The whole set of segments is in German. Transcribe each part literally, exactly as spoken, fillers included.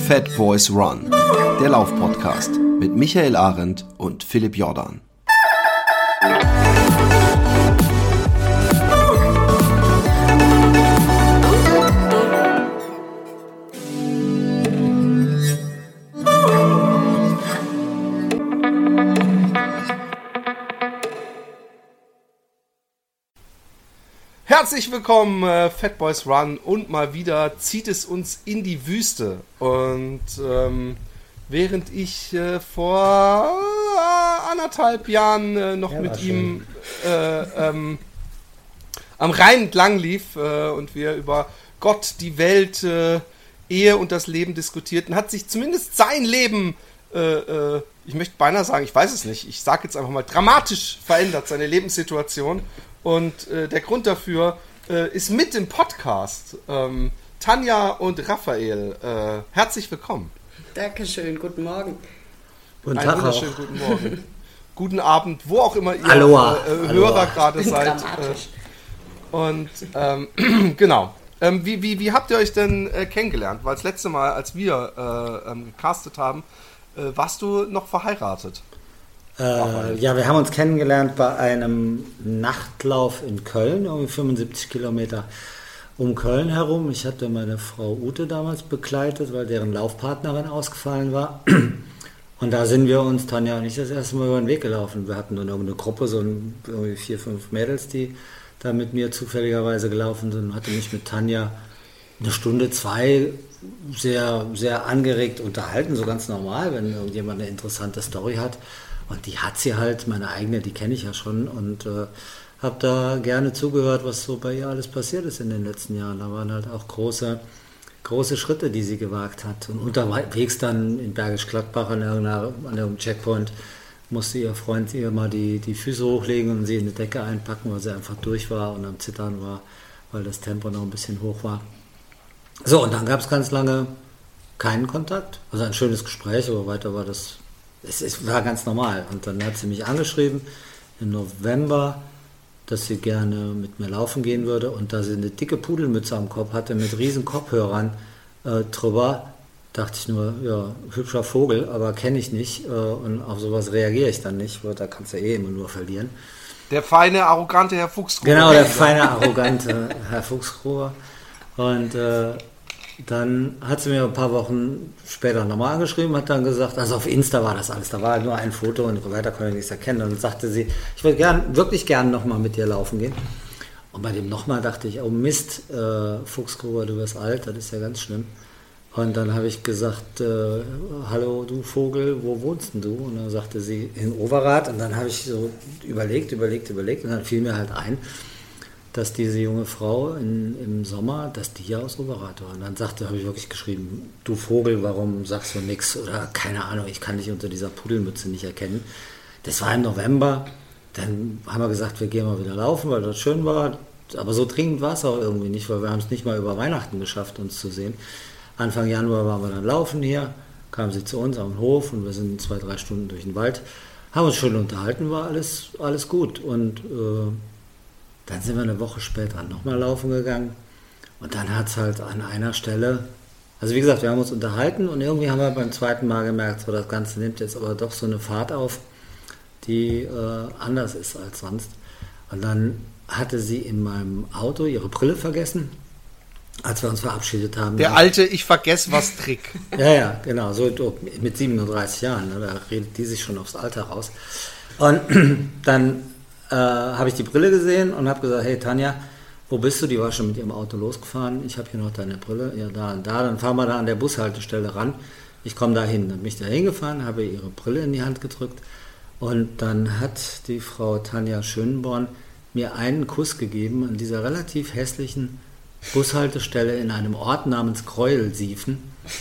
Fat Boys Run, der Lauf-Podcast mit Michael Arendt und Philipp Jordan. Herzlich willkommen, äh, Fat Boys Run, und mal wieder zieht es uns in die Wüste. Und ähm, während ich äh, vor äh, anderthalb Jahren äh, noch ja, mit ihm äh, ähm, am Rhein entlang lief äh, und wir über Gott, die Welt, äh, Ehe und das Leben diskutierten, hat sich zumindest sein Leben, äh, äh, ich möchte beinahe sagen, ich weiß es nicht, ich sage jetzt einfach mal, dramatisch verändert, seine Lebenssituation. Und äh, der Grund dafür äh, ist mit dem Podcast. Ähm, Tanja und Raphael, äh, herzlich willkommen. Dankeschön, guten Morgen. Guten Tag. Einen wunderschönen auch. Guten Morgen. Guten Abend, wo auch immer ihr Aloha. äh, Hörer gerade seid. Äh, und ähm, genau. Ähm, wie, wie, wie habt ihr euch denn äh, kennengelernt? Weil das letzte Mal, als wir äh, ähm, gecastet haben, äh, warst du noch verheiratet. Äh, ja, wir haben uns kennengelernt bei einem Nachtlauf in Köln, irgendwie fünfundsiebzig Kilometer um Köln herum. Ich hatte meine Frau Ute damals begleitet, weil deren Laufpartnerin ausgefallen war. Und da sind wir uns, Tanja und ich, das erste Mal über den Weg gelaufen. Wir hatten dann irgendeine Gruppe, so irgendwie vier, fünf Mädels, die da mit mir zufälligerweise gelaufen sind. Und hatte mich mit Tanja eine Stunde, zwei sehr, sehr angeregt unterhalten, so ganz normal, wenn irgendjemand eine interessante Story hat. Und die hat sie halt, meine eigene, die kenne ich ja schon, und äh, habe da gerne zugehört, was so bei ihr alles passiert ist in den letzten Jahren. Da waren halt auch große, große Schritte, die sie gewagt hat. Und unterwegs dann in Bergisch Gladbach an irgendeinem, an irgendeinem Checkpoint musste ihr Freund ihr mal die, die Füße hochlegen und sie in eine Decke einpacken, weil sie einfach durch war und am Zittern war, weil das Tempo noch ein bisschen hoch war. So, und dann gab es ganz lange keinen Kontakt. Also ein schönes Gespräch, aber weiter war das... Es, es war ganz normal. Und dann hat sie mich angeschrieben im November, dass sie gerne mit mir laufen gehen würde, und da sie eine dicke Pudelmütze am Kopf hatte mit riesen Kopfhörern äh, drüber, dachte ich nur, ja, hübscher Vogel, aber kenne ich nicht, äh, und auf sowas reagiere ich dann nicht, weil da kannst du eh immer nur verlieren. Der feine, arrogante Herr Fuchsgruber. Genau, der feine, arrogante Herr Fuchsgruber. Und äh, dann hat sie mir ein paar Wochen später nochmal angeschrieben, hat dann gesagt, also auf Insta war das alles, da war nur ein Foto und weiter konnte ich nichts erkennen. Und dann sagte sie, ich würde gern, wirklich gern nochmal mit dir laufen gehen. Und bei dem nochmal dachte ich, oh Mist, äh, Fuchsgruber, du wirst alt, das ist ja ganz schlimm. Und dann habe ich gesagt, äh, hallo du Vogel, wo wohnst denn du? Und dann sagte sie, in Overath. Und dann habe ich so überlegt, überlegt, überlegt, und dann fiel mir halt ein, dass diese junge Frau in, im Sommer, dass die ja aus Overath war. Und dann sagte, habe ich wirklich geschrieben, du Vogel, warum sagst du nichts? Oder keine Ahnung, ich kann dich unter dieser Pudelmütze nicht erkennen. Das war im November. Dann haben wir gesagt, wir gehen mal wieder laufen, weil das schön war. Aber so dringend war es auch irgendwie nicht, weil wir haben es nicht mal über Weihnachten geschafft, uns zu sehen. Anfang Januar waren wir dann laufen hier, kam sie zu uns auf den Hof und wir sind zwei, drei Stunden durch den Wald. Haben uns schön unterhalten, war alles, alles gut. Und äh, dann sind wir eine Woche später nochmal laufen gegangen, und dann hat es halt an einer Stelle, also wie gesagt, wir haben uns unterhalten, und irgendwie haben wir beim zweiten Mal gemerkt, so das Ganze nimmt jetzt aber doch so eine Fahrt auf, die äh, anders ist als sonst. Und dann hatte sie in meinem Auto ihre Brille vergessen, als wir uns verabschiedet haben. Der alte Ich vergesse was Trick. Ja, ja, genau, so mit siebenunddreißig Jahren, ne, da redet die sich schon aufs Alter raus. Und dann Äh, habe ich die Brille gesehen und habe gesagt, hey Tanja, wo bist du? Die war schon mit ihrem Auto losgefahren. Ich habe hier noch deine Brille. Ja, da und da. Dann fahren wir da an der Bushaltestelle ran. Ich komme da hin. Dann bin ich da hingefahren, habe ihre Brille in die Hand gedrückt, und dann hat die Frau Tanja Schönborn mir einen Kuss gegeben an dieser relativ hässlichen Bushaltestelle in einem Ort namens Gräuelsiefen.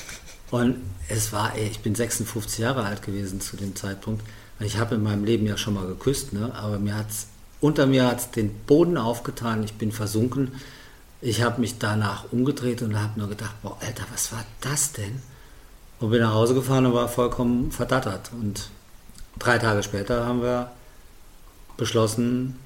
Und es war, ey, ich bin sechsundfünfzig Jahre alt gewesen zu dem Zeitpunkt. Ich habe in meinem Leben ja schon mal geküsst, ne? Aber mir hat's, unter mir hat es den Boden aufgetan, ich bin versunken. Ich habe mich danach umgedreht und habe nur gedacht, boah, Alter, was war das denn? Und bin nach Hause gefahren und war vollkommen verdattert. Und drei Tage später haben wir beschlossen,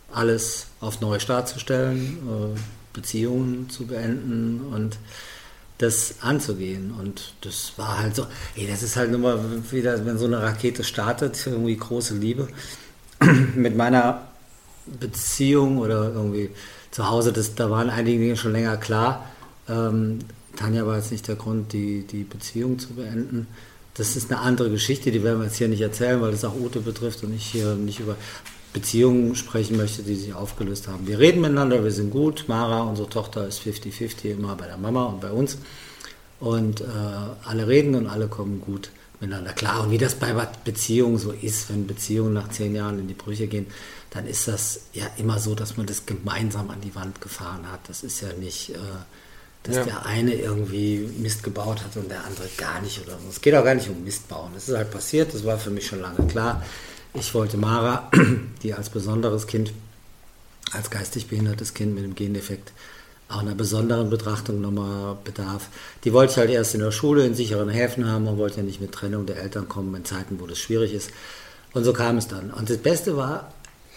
alles auf Neustart zu stellen, Beziehungen zu beenden, und das anzugehen. Und das war halt so, ey, das ist halt nur mal wieder, wenn so eine Rakete startet, irgendwie große Liebe. Mit meiner Beziehung oder irgendwie zu Hause, das, da waren einige Dinge schon länger klar. Ähm, Tanja war jetzt nicht der Grund, die, die Beziehung zu beenden. Das ist eine andere Geschichte, die werden wir jetzt hier nicht erzählen, weil das auch Ute betrifft und ich hier nicht über Beziehungen sprechen möchte, die sich aufgelöst haben. Wir reden miteinander, wir sind gut. Mara, unsere Tochter, ist fünfzig fünfzig immer bei der Mama und bei uns. Und äh, alle reden und alle kommen gut miteinander klar. Und wie das bei Beziehungen so ist, wenn Beziehungen nach zehn Jahren in die Brüche gehen, dann ist das ja immer so, dass man das gemeinsam an die Wand gefahren hat. Das ist ja nicht, äh, dass ja. der eine irgendwie Mist gebaut hat und der andere gar nicht oder so. Es geht auch gar nicht um Mist bauen. Das ist halt passiert, das war für mich schon lange klar. Ich wollte Mara, die als besonderes Kind, als geistig behindertes Kind mit einem Gendefekt auch einer besonderen Betrachtung nochmal bedarf. Die wollte ich halt erst in der Schule in sicheren Häfen haben und wollte ja nicht mit Trennung der Eltern kommen in Zeiten, wo das schwierig ist. Und so kam es dann. Und das Beste war,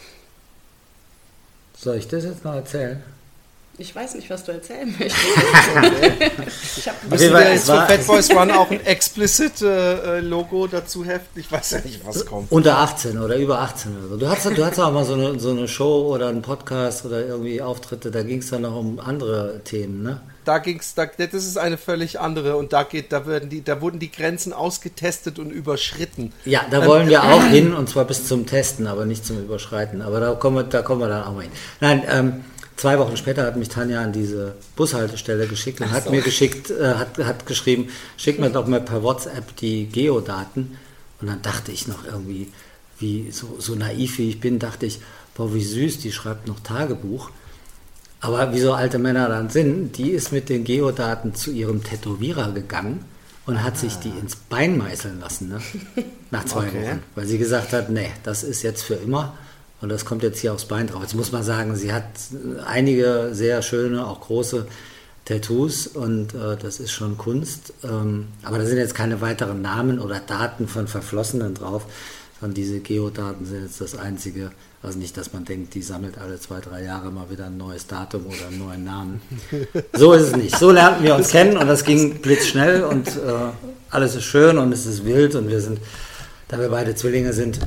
soll ich das jetzt noch erzählen? Ich weiß nicht, was du erzählen möchtest. ich hab, müssen wir jetzt für Fatboys Run auch ein explicit äh, Logo dazu heften? Ich weiß ja nicht, was kommt. Unter achtzehn oder über achtzehn oder so. Du hattest, du hattest auch mal so eine, so eine Show oder einen Podcast oder irgendwie Auftritte, da ging es dann noch um andere Themen, ne? Da ging's, da, das ist eine völlig andere und da geht, da werden die, da wurden die Grenzen ausgetestet und überschritten. Ja, da wollen ähm, wir auch hin und zwar bis zum Testen, aber nicht zum Überschreiten. Aber da kommen wir, da kommen wir dann auch mal hin. Nein, ähm, Zwei Wochen später hat mich Tanja an diese Bushaltestelle geschickt und hat so. mir geschickt, äh, hat, hat geschrieben, schick mir doch mal per WhatsApp die Geodaten. Und dann dachte ich noch irgendwie, wie so, so naiv wie ich bin, dachte ich, boah, wie süß, die schreibt noch Tagebuch. Aber wie so alte Männer dann sind, die ist mit den Geodaten zu ihrem Tätowierer gegangen und hat ah. sich die ins Bein meißeln lassen, ne? Nach zwei okay. Wochen. Weil sie gesagt hat, nee, das ist jetzt für immer. Und das kommt jetzt hier aufs Bein drauf. Jetzt muss man sagen, sie hat einige sehr schöne, auch große Tattoos und äh, das ist schon Kunst. Ähm, aber da sind jetzt keine weiteren Namen oder Daten von Verflossenen drauf, sondern diese Geodaten sind jetzt das Einzige. Also nicht, dass man denkt, die sammelt alle zwei, drei Jahre mal wieder ein neues Datum oder einen neuen Namen. So ist es nicht. So lernten wir uns kennen und das ging blitzschnell und äh, alles ist schön und es ist wild und wir sind, da wir beide Zwillinge sind,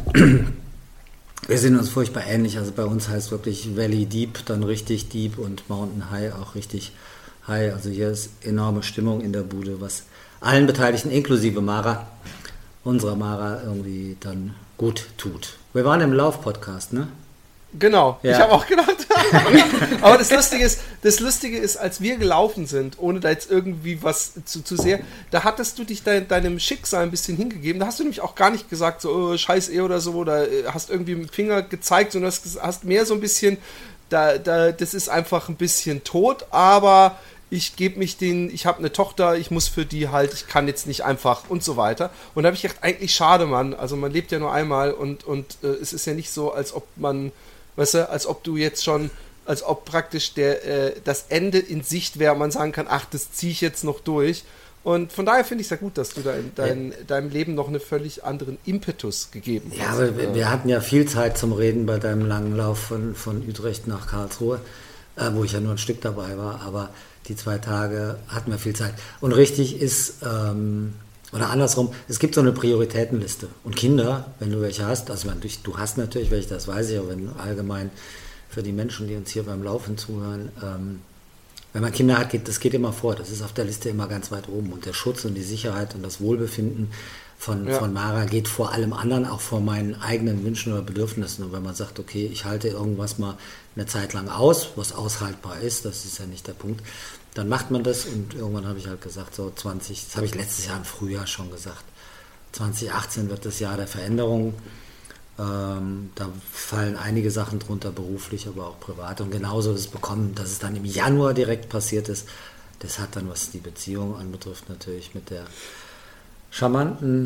wir sind uns furchtbar ähnlich, also bei uns heißt wirklich Valley Deep, dann richtig Deep und Mountain High auch richtig High. Also hier ist enorme Stimmung in der Bude, was allen Beteiligten, inklusive Mara, unserer Mara, irgendwie dann gut tut. Wir waren im Lauf-Podcast, ne? Genau, ja. Ich habe auch gedacht. Aber das Lustige ist, das Lustige ist, als wir gelaufen sind, ohne da jetzt irgendwie was zu, zu sehr, da hattest du dich de, deinem Schicksal ein bisschen hingegeben. Da hast du nämlich auch gar nicht gesagt, so oh, scheiß eh oder so, oder hast irgendwie mit dem Finger gezeigt, sondern hast, hast mehr so ein bisschen, da, da, das ist einfach ein bisschen tot, aber ich gebe mich den, ich habe eine Tochter, ich muss für die halt, ich kann jetzt nicht einfach und so weiter. Und da habe ich gedacht, eigentlich schade, Mann, also man lebt ja nur einmal und, und äh, es ist ja nicht so, als ob man, weißt du, als ob du jetzt schon, als ob praktisch der, äh, das Ende in Sicht wäre, man sagen kann, ach, das ziehe ich jetzt noch durch. Und von daher finde ich es ja gut, dass du da in dein, ja. deinem Leben noch einen völlig anderen Impetus gegeben hast. Ja, aber wir, wir hatten ja viel Zeit zum Reden bei deinem langen Lauf von, von Utrecht nach Karlsruhe, äh, wo ich ja nur ein Stück dabei war, aber die zwei Tage hatten wir viel Zeit. Und richtig ist, ähm, oder andersrum, es gibt so eine Prioritätenliste. Und Kinder, wenn du welche hast, also man, du hast natürlich welche, das weiß ich, aber wenn allgemein für die Menschen, die uns hier beim Laufen zuhören, ähm, wenn man Kinder hat, geht, das geht immer vor. Das ist auf der Liste immer ganz weit oben. Und der Schutz und die Sicherheit und das Wohlbefinden von, ja. von Mara geht vor allem anderen, auch vor meinen eigenen Wünschen oder Bedürfnissen. Und wenn man sagt, okay, ich halte irgendwas mal eine Zeit lang aus, was aushaltbar ist, das ist ja nicht der Punkt, dann macht man das. Und irgendwann habe ich halt gesagt, so zwanzig, das habe ich letztes Jahr im Frühjahr schon gesagt, zwanzig achtzehn wird das Jahr der Veränderung. Ähm, da fallen einige Sachen drunter, beruflich, aber auch privat. Und genauso ist es bekommen, dass es dann im Januar direkt passiert ist. Das hat dann, was die Beziehung anbetrifft, natürlich mit der charmanten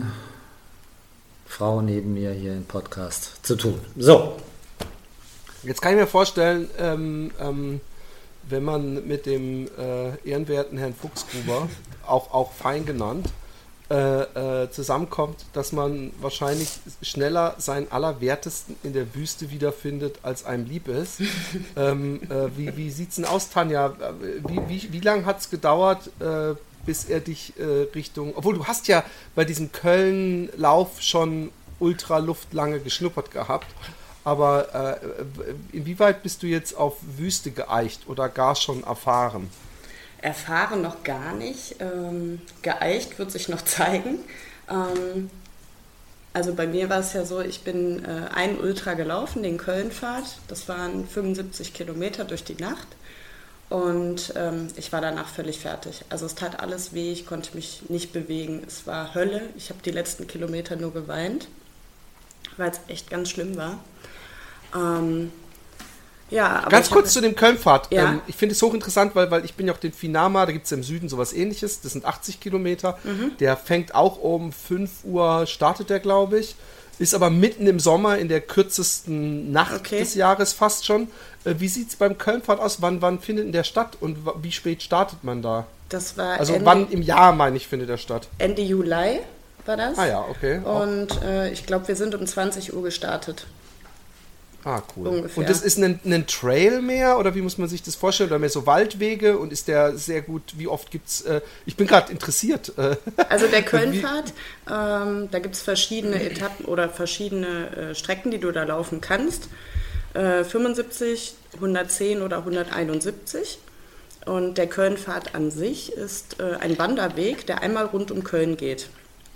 Frau neben mir hier im Podcast zu tun. So. Jetzt kann ich mir vorstellen, ähm, ähm, wenn man mit dem äh, ehrenwerten Herrn Fuchsgruber, auch, auch fein genannt, Äh, äh, zusammenkommt, dass man wahrscheinlich schneller seinen Allerwertesten in der Wüste wiederfindet, als einem lieb ist. ähm, äh, wie wie sieht es denn aus, Tanja? Wie, wie, wie lange hat es gedauert, äh, bis er dich äh, Richtung... Obwohl, du hast ja bei diesem Köln-Lauf schon Ultraluft lange geschnuppert gehabt. Aber äh, inwieweit bist du jetzt auf Wüste geeicht oder gar schon erfahren? Erfahren noch gar nicht. Ähm, geeicht wird sich noch zeigen. Ähm, also bei mir war es ja so, ich bin äh, ein Ultra gelaufen, den Köln-Pfad. Das waren fünfundsiebzig Kilometer durch die Nacht. Und ähm, ich war danach völlig fertig. Also es tat alles weh, ich konnte mich nicht bewegen. Es war Hölle. Ich habe die letzten Kilometer nur geweint, weil es echt ganz schlimm war. Ähm, ja, aber Ganz kurz hab, zu dem Köln-Pfad. Ja? Ähm, ich finde es hochinteressant, weil, weil ich bin ja auch den Finama, da gibt es im Süden sowas ähnliches, das sind achtzig Kilometer. Mhm. Der fängt auch um fünf Uhr, startet der, glaube ich. Ist aber mitten im Sommer in der kürzesten Nacht okay. des Jahres fast schon. Äh, wie sieht es beim Köln-Pfad aus? Wann, wann findet der statt und w- wie spät startet man da? Das war Also Ende, wann im Jahr, meine ich, findet der statt? Ende Juli war das. Ah ja, okay. Und äh, ich glaube, wir sind um zwanzig Uhr gestartet. Ah, cool. Ungefähr. Und das ist ein, ein Trail mehr oder wie muss man sich das vorstellen? Oder mehr so Waldwege und ist der sehr gut, wie oft gibt es, äh, ich bin gerade interessiert. Äh, also der Köln-Pfad, ähm, da gibt es verschiedene Etappen oder verschiedene äh, Strecken, die du da laufen kannst. Äh, fünfundsiebzig, hundertzehn oder hunderteinundsiebzig. Und der Köln-Pfad an sich ist äh, ein Wanderweg, der einmal rund um Köln geht.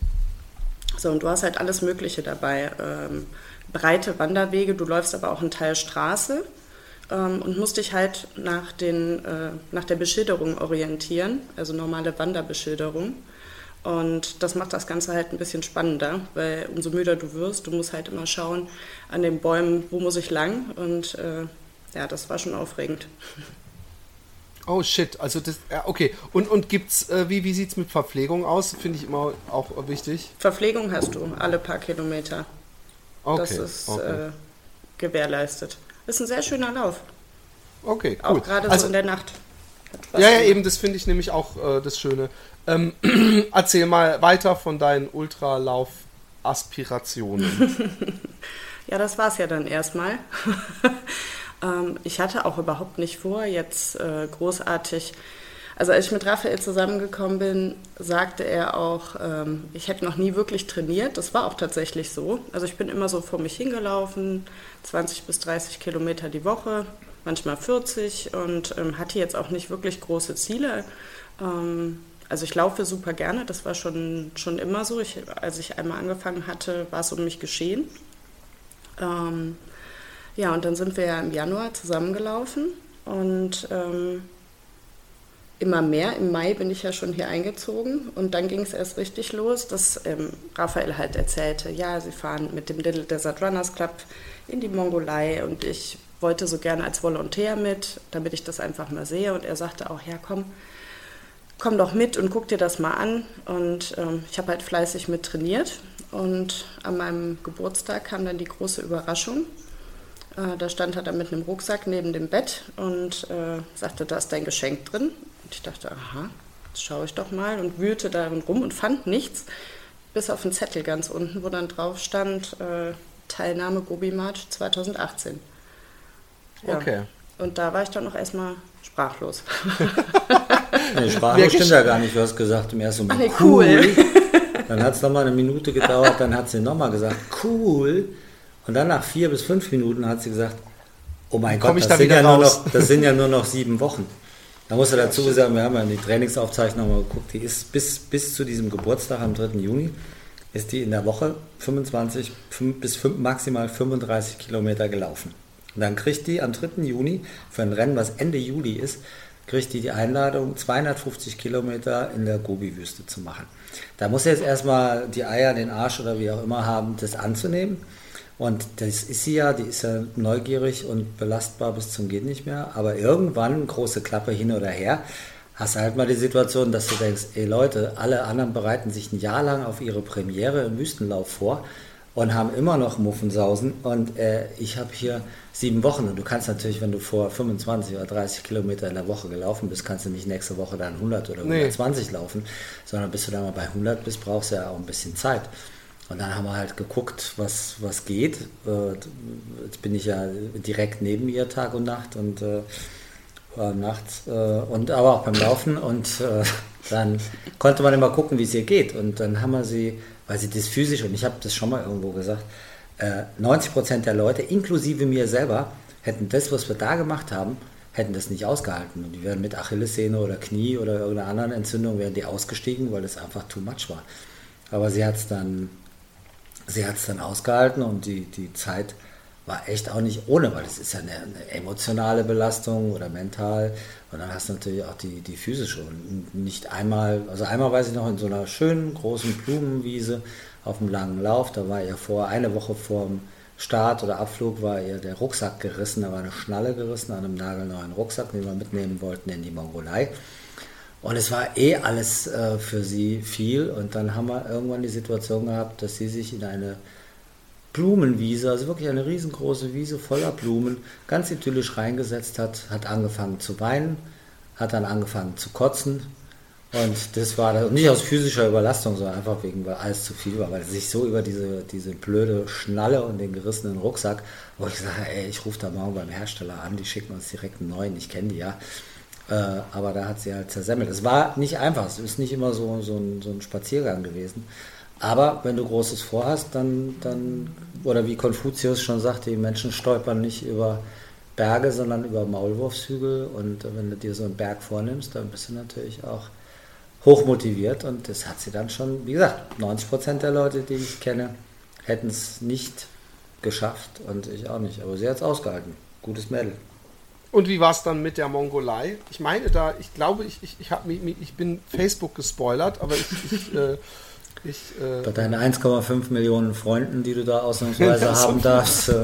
So, und du hast halt alles Mögliche dabei. Ähm, breite Wanderwege, du läufst aber auch einen Teil Straße ähm, und musst dich halt nach, den, äh, nach der Beschilderung orientieren, also normale Wanderbeschilderung. Und das macht das Ganze halt ein bisschen spannender, weil umso müder du wirst, du musst halt immer schauen an den Bäumen, wo muss ich lang, und äh, ja, das war schon aufregend. Oh shit, also das, ja, okay. Und, und gibt's, äh, wie, wie sieht es mit Verpflegung aus? Finde ich immer auch wichtig. Verpflegung hast du alle paar Kilometer. Okay, das ist okay. äh, gewährleistet. Ist ein sehr schöner Lauf. Okay, cool. Auch gerade also, so in der Nacht. Hat Spaß Ja, ja, gemacht. eben, das finde ich nämlich auch äh, das Schöne. Ähm, erzähl mal weiter von deinen Ultralauf-Aspirationen. Ja, das war's ja dann erstmal. ähm, ich hatte auch überhaupt nicht vor, jetzt äh, großartig... Also als ich mit Raphael zusammengekommen bin, sagte er auch, ähm, ich hätte noch nie wirklich trainiert. Das war auch tatsächlich so. Also ich bin immer so vor mich hingelaufen, zwanzig bis dreißig Kilometer die Woche, manchmal vierzig, und ähm, hatte jetzt auch nicht wirklich große Ziele. Ähm, also ich laufe super gerne, das war schon, schon immer so. Ich, als ich einmal angefangen hatte, war es um mich geschehen. Ähm, ja, und dann sind wir ja im Januar zusammengelaufen und... Ähm, immer mehr. Im Mai bin ich ja schon hier eingezogen und dann ging es erst richtig los, dass ähm, Raphael halt erzählte, ja, sie fahren mit dem Little Desert Runners Club in die Mongolei und ich wollte so gerne als Volontär mit, damit ich das einfach mal sehe, und er sagte auch, ja komm, komm doch mit und guck dir das mal an, und ähm, ich habe halt fleißig mit trainiert, und an meinem Geburtstag kam dann die große Überraschung. Äh, da stand er dann mit einem Rucksack neben dem Bett und äh, sagte, da ist dein Geschenk drin. Und ich dachte, aha, jetzt schaue ich doch mal, und wühlte darin rum und fand nichts, bis auf einen Zettel ganz unten, wo dann drauf stand, äh, Teilnahme Gobi March zwanzig achtzehn. Ja. Okay. Und da war ich dann noch erstmal sprachlos. Nee, sprachlos stimmt ja gar nicht, du hast gesagt im ersten Moment, Ach, nee, cool. Dann hat es nochmal eine Minute gedauert, dann hat sie nochmal gesagt, cool. Und dann nach vier bis fünf Minuten hat sie gesagt, oh mein Gott, Komm ich das da sind, wieder ja nur raus? noch, das sind ja nur noch sieben Wochen. Da muss er dazu sagen, wir haben ja die Trainingsaufzeichnung mal geguckt, die ist bis, bis zu diesem Geburtstag am dritten Juni, ist die in der Woche fünfundzwanzig bis maximal fünfunddreißig Kilometer gelaufen. Und dann kriegt die am dritten Juni für ein Rennen, was Ende Juli ist, kriegt die die Einladung, zweihundertfünfzig Kilometer in der Gobi-Wüste zu machen. Da muss er jetzt erstmal die Eier, den Arsch oder wie auch immer haben, das anzunehmen. Und das ist sie ja, die ist ja neugierig und belastbar bis zum geht nicht mehr. Aber irgendwann, große Klappe hin oder her, hast du halt mal die Situation, dass du denkst, ey Leute, alle anderen bereiten sich ein Jahr lang auf ihre Premiere im Wüstenlauf vor und haben immer noch Muffensausen. Und äh, ich habe hier sieben Wochen. Und du kannst natürlich, wenn du vor fünfundzwanzig oder dreißig Kilometer in der Woche gelaufen bist, kannst du nicht nächste Woche dann hundert oder hundertzwanzig nee. laufen, sondern bis du dann mal bei hundert bist, brauchst du ja auch ein bisschen Zeit. Und dann haben wir halt geguckt, was, was geht. Jetzt bin ich ja direkt neben ihr Tag und Nacht und äh, nachts äh, und aber auch beim Laufen. Und äh, dann konnte man immer gucken, wie es ihr geht. Und dann haben wir sie, weil sie das physisch, und ich habe das schon mal irgendwo gesagt, äh, neunzig Prozent der Leute, inklusive mir selber, hätten das, was wir da gemacht haben, hätten das nicht ausgehalten. Und die wären mit Achillessehne oder Knie oder irgendeiner anderen Entzündung, wären die ausgestiegen, weil das einfach too much war. Aber sie hat es dann, sie hat's dann ausgehalten und die, die Zeit war echt auch nicht ohne, weil es ist ja eine, eine emotionale Belastung oder mental. Und dann hast du natürlich auch die, die physische. Und nicht einmal, also einmal weiß ich noch, in so einer schönen großen Blumenwiese auf dem langen Lauf, da war ihr vor, eine Woche vor dem Start oder Abflug war ihr der Rucksack gerissen, da war eine Schnalle gerissen an einem nagelneuen Rucksack, den wir mitnehmen wollten in die Mongolei. Und es war eh alles äh, für sie viel. Und dann haben wir irgendwann die Situation gehabt, dass sie sich in eine Blumenwiese, also wirklich eine riesengroße Wiese voller Blumen, ganz idyllisch reingesetzt hat, hat angefangen zu weinen, hat dann angefangen zu kotzen. Und das war das, nicht aus physischer Überlastung, sondern einfach wegen, weil alles zu viel war, weil sie sich so über diese, diese blöde Schnalle und den gerissenen Rucksack, wo ich sage, ey, ich rufe da morgen beim Hersteller an, die schicken uns direkt einen neuen, ich kenne die ja. Äh, aber da hat sie halt zersemmelt. Es war nicht einfach, es ist nicht immer so, so, ein, so ein Spaziergang gewesen. Aber wenn du Großes vorhast, dann, dann, oder wie Konfuzius schon sagte, die Menschen stolpern nicht über Berge, sondern über Maulwurfshügel. Und wenn du dir so einen Berg vornimmst, dann bist du natürlich auch hochmotiviert. Und das hat sie dann schon, wie gesagt, neunzig Prozent der Leute, die ich kenne, hätten es nicht geschafft und ich auch nicht. Aber sie hat es ausgehalten. Gutes Mädel. Und wie war es dann mit der Mongolei? Ich meine da, ich glaube, ich, ich, ich, hab mich, ich bin Facebook gespoilert, aber ich... ich äh, Ich, äh, Bei deinen eins Komma fünf Millionen Freunden, die du da ausnahmsweise ja, haben so darfst. Äh.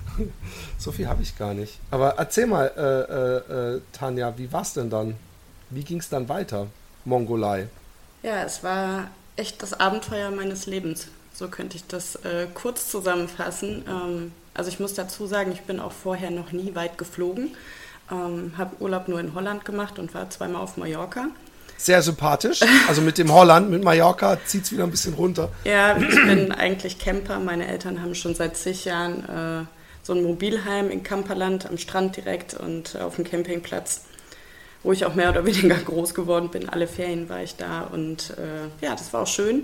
So viel habe ich gar nicht. Aber erzähl mal, äh, äh, Tanja, wie war es denn dann? Wie ging es dann weiter, Mongolei? Ja, es war echt das Abenteuer meines Lebens. So könnte ich das äh, kurz zusammenfassen. Ähm, also ich muss dazu sagen, ich bin auch vorher noch nie weit geflogen. Ähm, habe Urlaub nur in Holland gemacht und war zweimal auf Mallorca. Sehr sympathisch. Also mit dem Holland, mit Mallorca zieht es wieder ein bisschen runter. Ja, ich bin eigentlich Camper. Meine Eltern haben schon seit zig Jahren äh, so ein Mobilheim in Kamperland am Strand direkt und äh, auf dem Campingplatz, wo ich auch mehr oder weniger groß geworden bin. Alle Ferien war ich da und äh, ja, das war auch schön.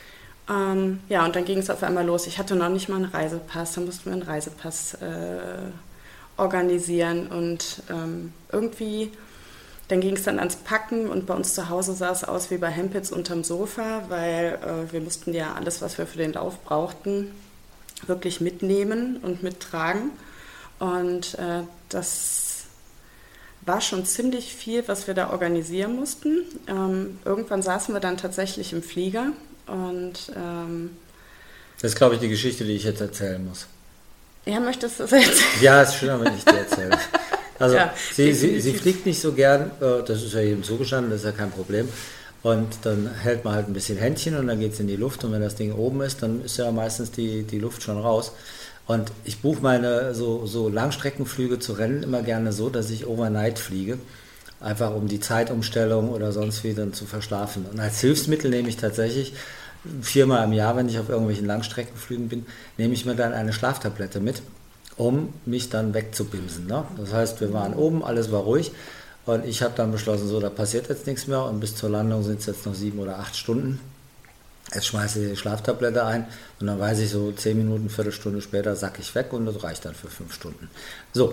Ähm, ja, und dann ging es auf einmal los. Ich hatte noch nicht mal einen Reisepass. Da mussten wir einen Reisepass äh, organisieren und ähm, irgendwie... Dann ging es dann ans Packen und bei uns zu Hause sah es aus wie bei Hempels unterm Sofa, weil äh, wir mussten ja alles, was wir für den Lauf brauchten, wirklich mitnehmen und mittragen. Und äh, das war schon ziemlich viel, was wir da organisieren mussten. Ähm, irgendwann saßen wir dann tatsächlich im Flieger. Und, ähm, das ist, glaube ich, die Geschichte, die ich jetzt erzählen muss. Ja, möchtest du das erzählen? Ja, ist schön, wenn ich die erzähle. Also ja, sie, sie, sie fliegt nicht so gern, das ist ja jedem zugestanden, das ist ja kein Problem. Und dann hält man halt ein bisschen Händchen und dann geht es in die Luft und wenn das Ding oben ist, dann ist ja meistens die, die Luft schon raus. Und ich buche meine so, so Langstreckenflüge zu Rennen immer gerne so, dass ich overnight fliege, einfach um die Zeitumstellung oder sonst wie dann zu verschlafen. Und als Hilfsmittel nehme ich tatsächlich viermal im Jahr, wenn ich auf irgendwelchen Langstreckenflügen bin, nehme ich mir dann eine Schlaftablette mit, um mich dann wegzubimsen. Ne? Das heißt, wir waren oben, alles war ruhig und ich habe dann beschlossen, so, da passiert jetzt nichts mehr und bis zur Landung sind es jetzt noch sieben oder acht Stunden. Jetzt schmeiße ich die Schlaftablette ein und dann weiß ich, so zehn Minuten, Viertelstunde später sack ich weg und das reicht dann für fünf Stunden. So,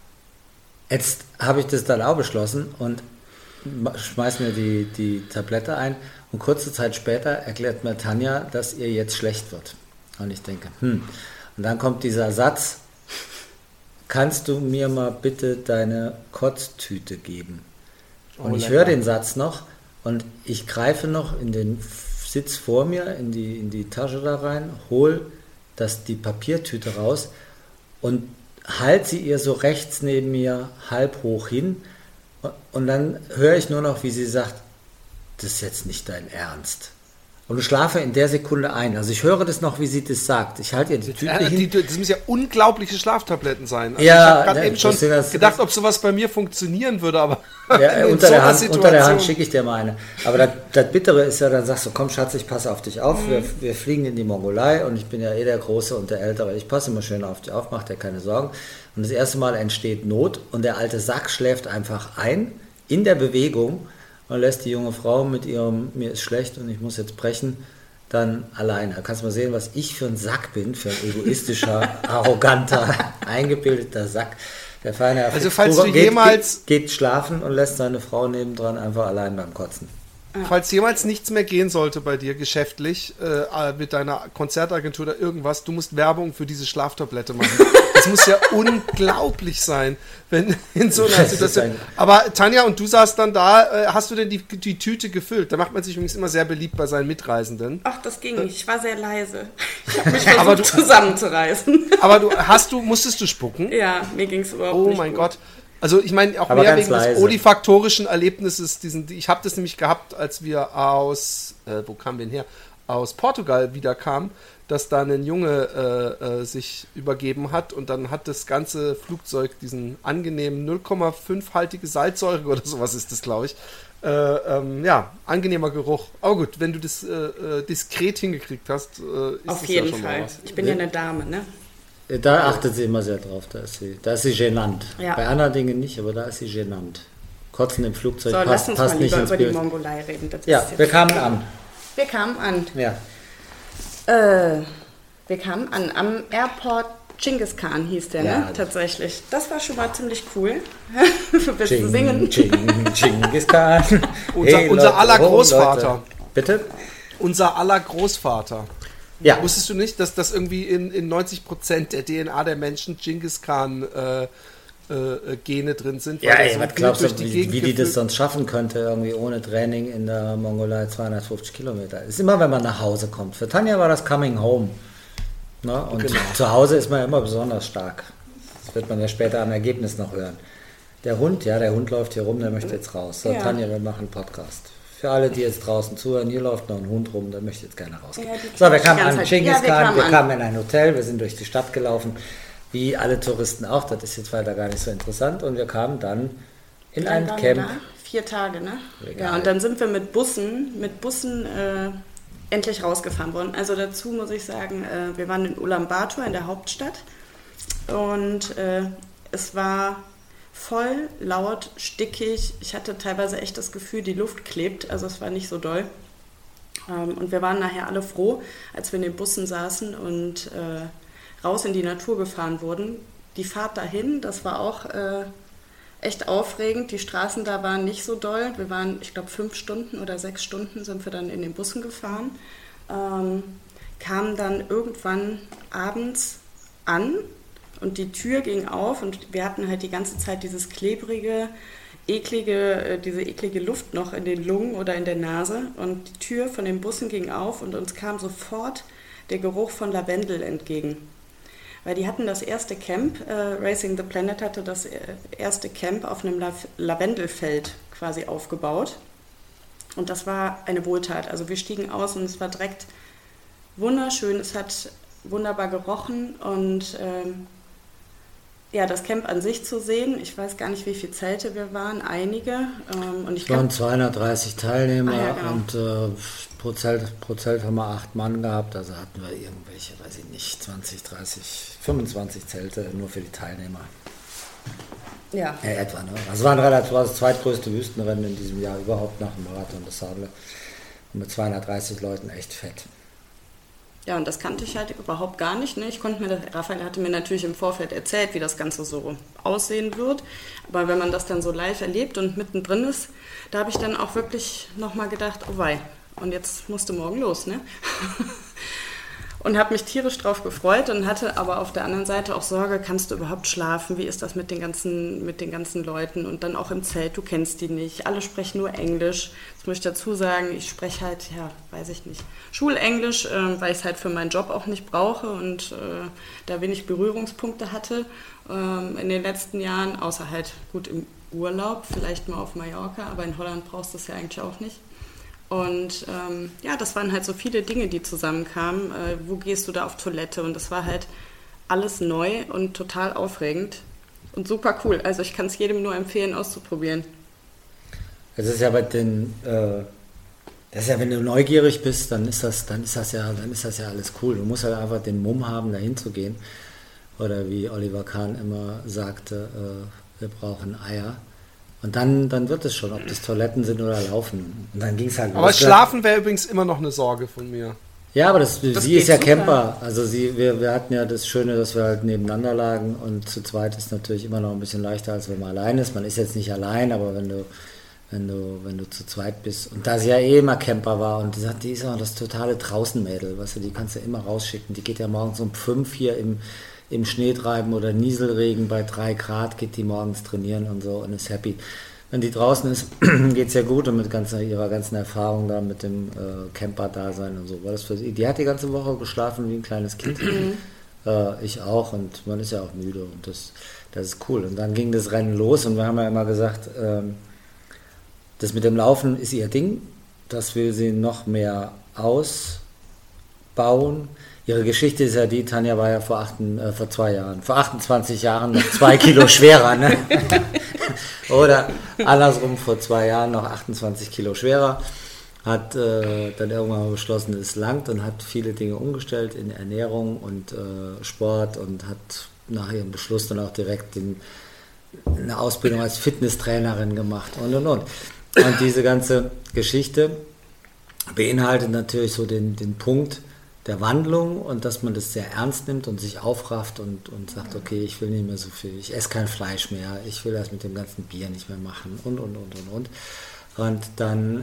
jetzt habe ich das dann auch beschlossen und schmeiße mir die, die Tablette ein und kurze Zeit später erklärt mir Tanja, dass ihr jetzt schlecht wird. Und ich denke, hm. Und dann kommt dieser Satz, kannst du mir mal bitte deine Kotztüte geben? Und oh, ich höre den Satz noch und ich greife noch in den Sitz vor mir, in die, in die Tasche da rein, hol das, die Papiertüte raus und halte sie ihr so rechts neben mir halb hoch hin und dann höre ich nur noch, wie sie sagt, das ist jetzt nicht dein Ernst. Und ich schlafe in der Sekunde ein. Also ich höre das noch, wie sie das sagt. Ich halte ihr die Tüte äh, hin. Die, das müssen ja unglaubliche Schlaftabletten sein. Also ja, ich habe gerade ne, eben schon das, gedacht, ob sowas bei mir funktionieren würde, aber ja, unter, der Hand, unter der Hand schicke ich dir mal eine. Aber das, das Bittere ist ja, dann sagst du, komm Schatz, ich passe auf dich auf. Mhm. Wir, wir fliegen in die Mongolei und ich bin ja eh der Große und der Ältere. Ich passe immer schön auf dich auf, mach dir keine Sorgen. Und das erste Mal entsteht Not und der alte Sack schläft einfach ein in der Bewegung. und lässt die junge Frau mit ihrem, mir ist schlecht und ich muss jetzt brechen, dann alleine. Da kannst du mal sehen, was ich für ein Sack bin, für ein egoistischer, arroganter, eingebildeter Sack. Der feine Also falls du jemals geht, geht schlafen und lässt seine Frau nebendran einfach allein beim Kotzen. Falls jemals nichts mehr gehen sollte bei dir geschäftlich, äh, mit deiner Konzertagentur oder irgendwas, du musst Werbung für diese Schlaftablette machen. Das muss ja unglaublich sein, wenn in so einer Situation. Aber Tanja, und du saßt dann da, äh, hast du denn die, die Tüte gefüllt? Da macht man sich übrigens immer sehr beliebt bei seinen Mitreisenden. Ach, das ging nicht. Ich war sehr leise. Ich habe mich versucht du, zusammenzureißen. Aber du hast du, musstest du spucken? Ja, mir ging es überhaupt oh nicht Oh mein gut. Gott. Also ich meine auch Aber mehr wegen leise. des olifaktorischen Erlebnisses. Diesen, ich habe das nämlich gehabt, als wir aus, äh, wo kamen wir denn her? Aus Portugal wieder kamen, dass da ein Junge äh, äh, sich übergeben hat und dann hat das ganze Flugzeug diesen angenehmen null Komma fünf haltige Salzsäure oder sowas ist das, glaube ich. Äh, ähm, ja, angenehmer Geruch. Aber gut, wenn du das äh, äh, diskret hingekriegt hast, äh, ist Auf das jeden ja schon Fall. mal was. Ich bin ja eine Dame, ne? Da achtet sie immer sehr drauf, da ist sie, da ist sie genannt. Ja. Bei anderen Dingen nicht, aber da ist sie genannt. Kotzen im Flugzeug So, passt, lass uns passt mal nicht lieber ins über die Bild. Mongolei reden. Das Ja, ist jetzt wir kamen an. Wir kamen an. Ja. Äh, wir kamen an. Am Airport Genghis Khan hieß der, Ja. ne? Tatsächlich. Das war schon mal ziemlich cool. Fürs Ching, Singen. Ching, Genghis Khan. Unser, Hey, unser Leute, aller oh, Großvater. Leute. Bitte? Unser aller Großvater. Ja. Wusstest du nicht, dass das irgendwie in, in neunzig Prozent der D N A der Menschen Genghis Khan äh, äh, Gene drin sind? Ja, der ey, so was wild glaubst durch du, die wie, Gegend wie die das geflügt- sonst schaffen könnte, irgendwie ohne Training in der Mongolei zweihundertfünfzig Kilometer? Ist immer, wenn man nach Hause kommt. Für Tanja war das Coming Home. Ne? Und Genau. zu Hause ist man ja immer besonders stark. Das wird man ja später am Ergebnis noch hören. Der Hund, ja, der Hund läuft hier rum, der möchte jetzt raus. So, Ja. Tanja, wir machen einen Podcast. Für alle, die jetzt draußen zuhören, hier läuft noch ein Hund rum, der möchte jetzt gerne rausgehen. Ja, die so, wir klatschen kamen die an ganze Zeit. Genghis Ja, wir Khan, kamen wir an. kamen in ein Hotel, wir sind durch die Stadt gelaufen, wie alle Touristen auch, das ist jetzt weiter gar nicht so interessant. Und wir kamen dann in ein Dann waren wir Camp. da. Vier Tage, ne? Egal. Ja, und dann sind wir mit Bussen, mit Bussen äh, endlich rausgefahren worden. Also dazu muss ich sagen, äh, wir waren in Ulaanbaatar, in der Hauptstadt. Und äh, es war voll, laut, stickig. Ich hatte teilweise echt das Gefühl, die Luft klebt. Also es war nicht so doll. Ähm, und wir waren nachher alle froh, als wir in den Bussen saßen und äh, raus in die Natur gefahren wurden. Die Fahrt dahin, das war auch äh, echt aufregend. Die Straßen da waren nicht so doll. Wir waren, ich glaube, fünf Stunden oder sechs Stunden sind wir dann in den Bussen gefahren. Ähm, kamen dann irgendwann abends an und die Tür ging auf und wir hatten halt die ganze Zeit dieses klebrige, eklige, äh, diese eklige Luft noch in den Lungen oder in der Nase und die Tür von den Bussen ging auf und uns kam sofort der Geruch von Lavendel entgegen. Weil die hatten das erste Camp, äh, Racing the Planet hatte das erste Camp auf einem La- Lavendelfeld quasi aufgebaut. Und das war eine Wohltat. Also wir stiegen aus und es war direkt wunderschön. Es hat wunderbar gerochen und ähm, ja, das Camp an sich zu sehen. Ich weiß gar nicht, wie viele Zelte wir waren, einige. Ähm, und ich Es waren glaub, zweihundertdreißig Teilnehmer Ah, ja, genau. und äh, pro, Zelt, pro Zelt haben wir acht Mann gehabt. Also hatten wir irgendwelche, weiß ich nicht, zwanzig, dreißig, fünfundzwanzig Zelte nur für die Teilnehmer. ja. Ja, etwa. Ne? Also war, ein relativ, war das zweitgrößte Wüstenrennen in diesem Jahr überhaupt nach dem Marathon des Sable. Und mit zweihundertdreißig Leuten echt fett. Ja, und das kannte ich halt überhaupt gar nicht. Ne? Ich konnte mir das, Raphael hatte mir natürlich im Vorfeld erzählt, wie das Ganze so aussehen wird. Aber wenn man das dann so live erlebt und mittendrin ist, da habe ich dann auch wirklich nochmal gedacht, oh wei, und jetzt musste morgen los, ne? Und habe mich tierisch drauf gefreut und hatte aber auf der anderen Seite auch Sorge, kannst du überhaupt schlafen? Wie ist das mit den ganzen, mit den ganzen Leuten? Und dann auch im Zelt, du kennst die nicht. Alle sprechen nur Englisch. Das muss ich dazu sagen, ich spreche halt, ja, weiß ich nicht, Schulenglisch, äh, weil ich es halt für meinen Job auch nicht brauche und äh, da wenig Berührungspunkte hatte ähm, in den letzten Jahren, außer halt gut im Urlaub, vielleicht mal auf Mallorca, aber in Holland brauchst du es ja eigentlich auch nicht. Und ähm, ja, das waren halt so viele Dinge, die zusammenkamen. Äh, wo gehst du da auf Toilette? Und das war halt alles neu und total aufregend und super cool. Also ich kann es jedem nur empfehlen, auszuprobieren. Es ist ja bei den, äh, das ist ja, wenn du neugierig bist, dann ist das, dann ist das ja, dann ist das ja alles cool. Du musst halt einfach den Mumm haben, dahin zu gehen. Oder wie Oliver Kahn immer sagte, äh, wir brauchen Eier. Und dann, dann wird es schon, ob das Toiletten sind oder Laufen. Und dann ging es halt Aber los. Schlafen wäre übrigens immer noch eine Sorge von mir. Ja, aber das, Das sie geht ist ja super. Camper. Also sie, wir, wir hatten ja das Schöne, dass wir halt nebeneinander lagen und zu zweit ist natürlich immer noch ein bisschen leichter, als wenn man allein ist. Man ist jetzt nicht allein, aber wenn du, wenn du, wenn du zu zweit bist. Und da sie ja eh immer Camper war und die sagt, die ist auch das totale Draußenmädel, weißt du, die kannst du immer rausschicken. Die geht ja morgens um fünf hier im, im Schneetreiben oder Nieselregen bei drei Grad, geht die morgens trainieren und so und ist happy. Wenn die draußen ist, geht es ja gut und mit ganzer, ihrer ganzen Erfahrung da mit dem äh, Camper-Dasein und so war das für sie. Die hat die ganze Woche geschlafen wie ein kleines Kind. äh, ich auch und man ist ja auch müde und das, das ist cool. Und dann ging das Rennen los und wir haben ja immer gesagt, ähm, das mit dem Laufen ist ihr Ding, das will sie noch mehr ausbauen. Ihre Geschichte ist ja die, Tanja war ja vor, acht, äh, vor zwei Jahren, vor achtundzwanzig Jahren noch zwei Kilo schwerer, ne? Oder andersrum, vor zwei Jahren noch achtundzwanzig Kilo schwerer, hat äh, dann irgendwann mal beschlossen, es langt und hat viele Dinge umgestellt in Ernährung und äh, Sport und hat nach ihrem Beschluss dann auch direkt den, eine Ausbildung als Fitnesstrainerin gemacht und und und. Und diese ganze Geschichte beinhaltet natürlich so den, den Punkt der Wandlung und dass man das sehr ernst nimmt und sich aufrafft und, und sagt, okay, ich will nicht mehr so viel, ich esse kein Fleisch mehr, ich will das mit dem ganzen Bier nicht mehr machen und, und, und, und, und. Und dann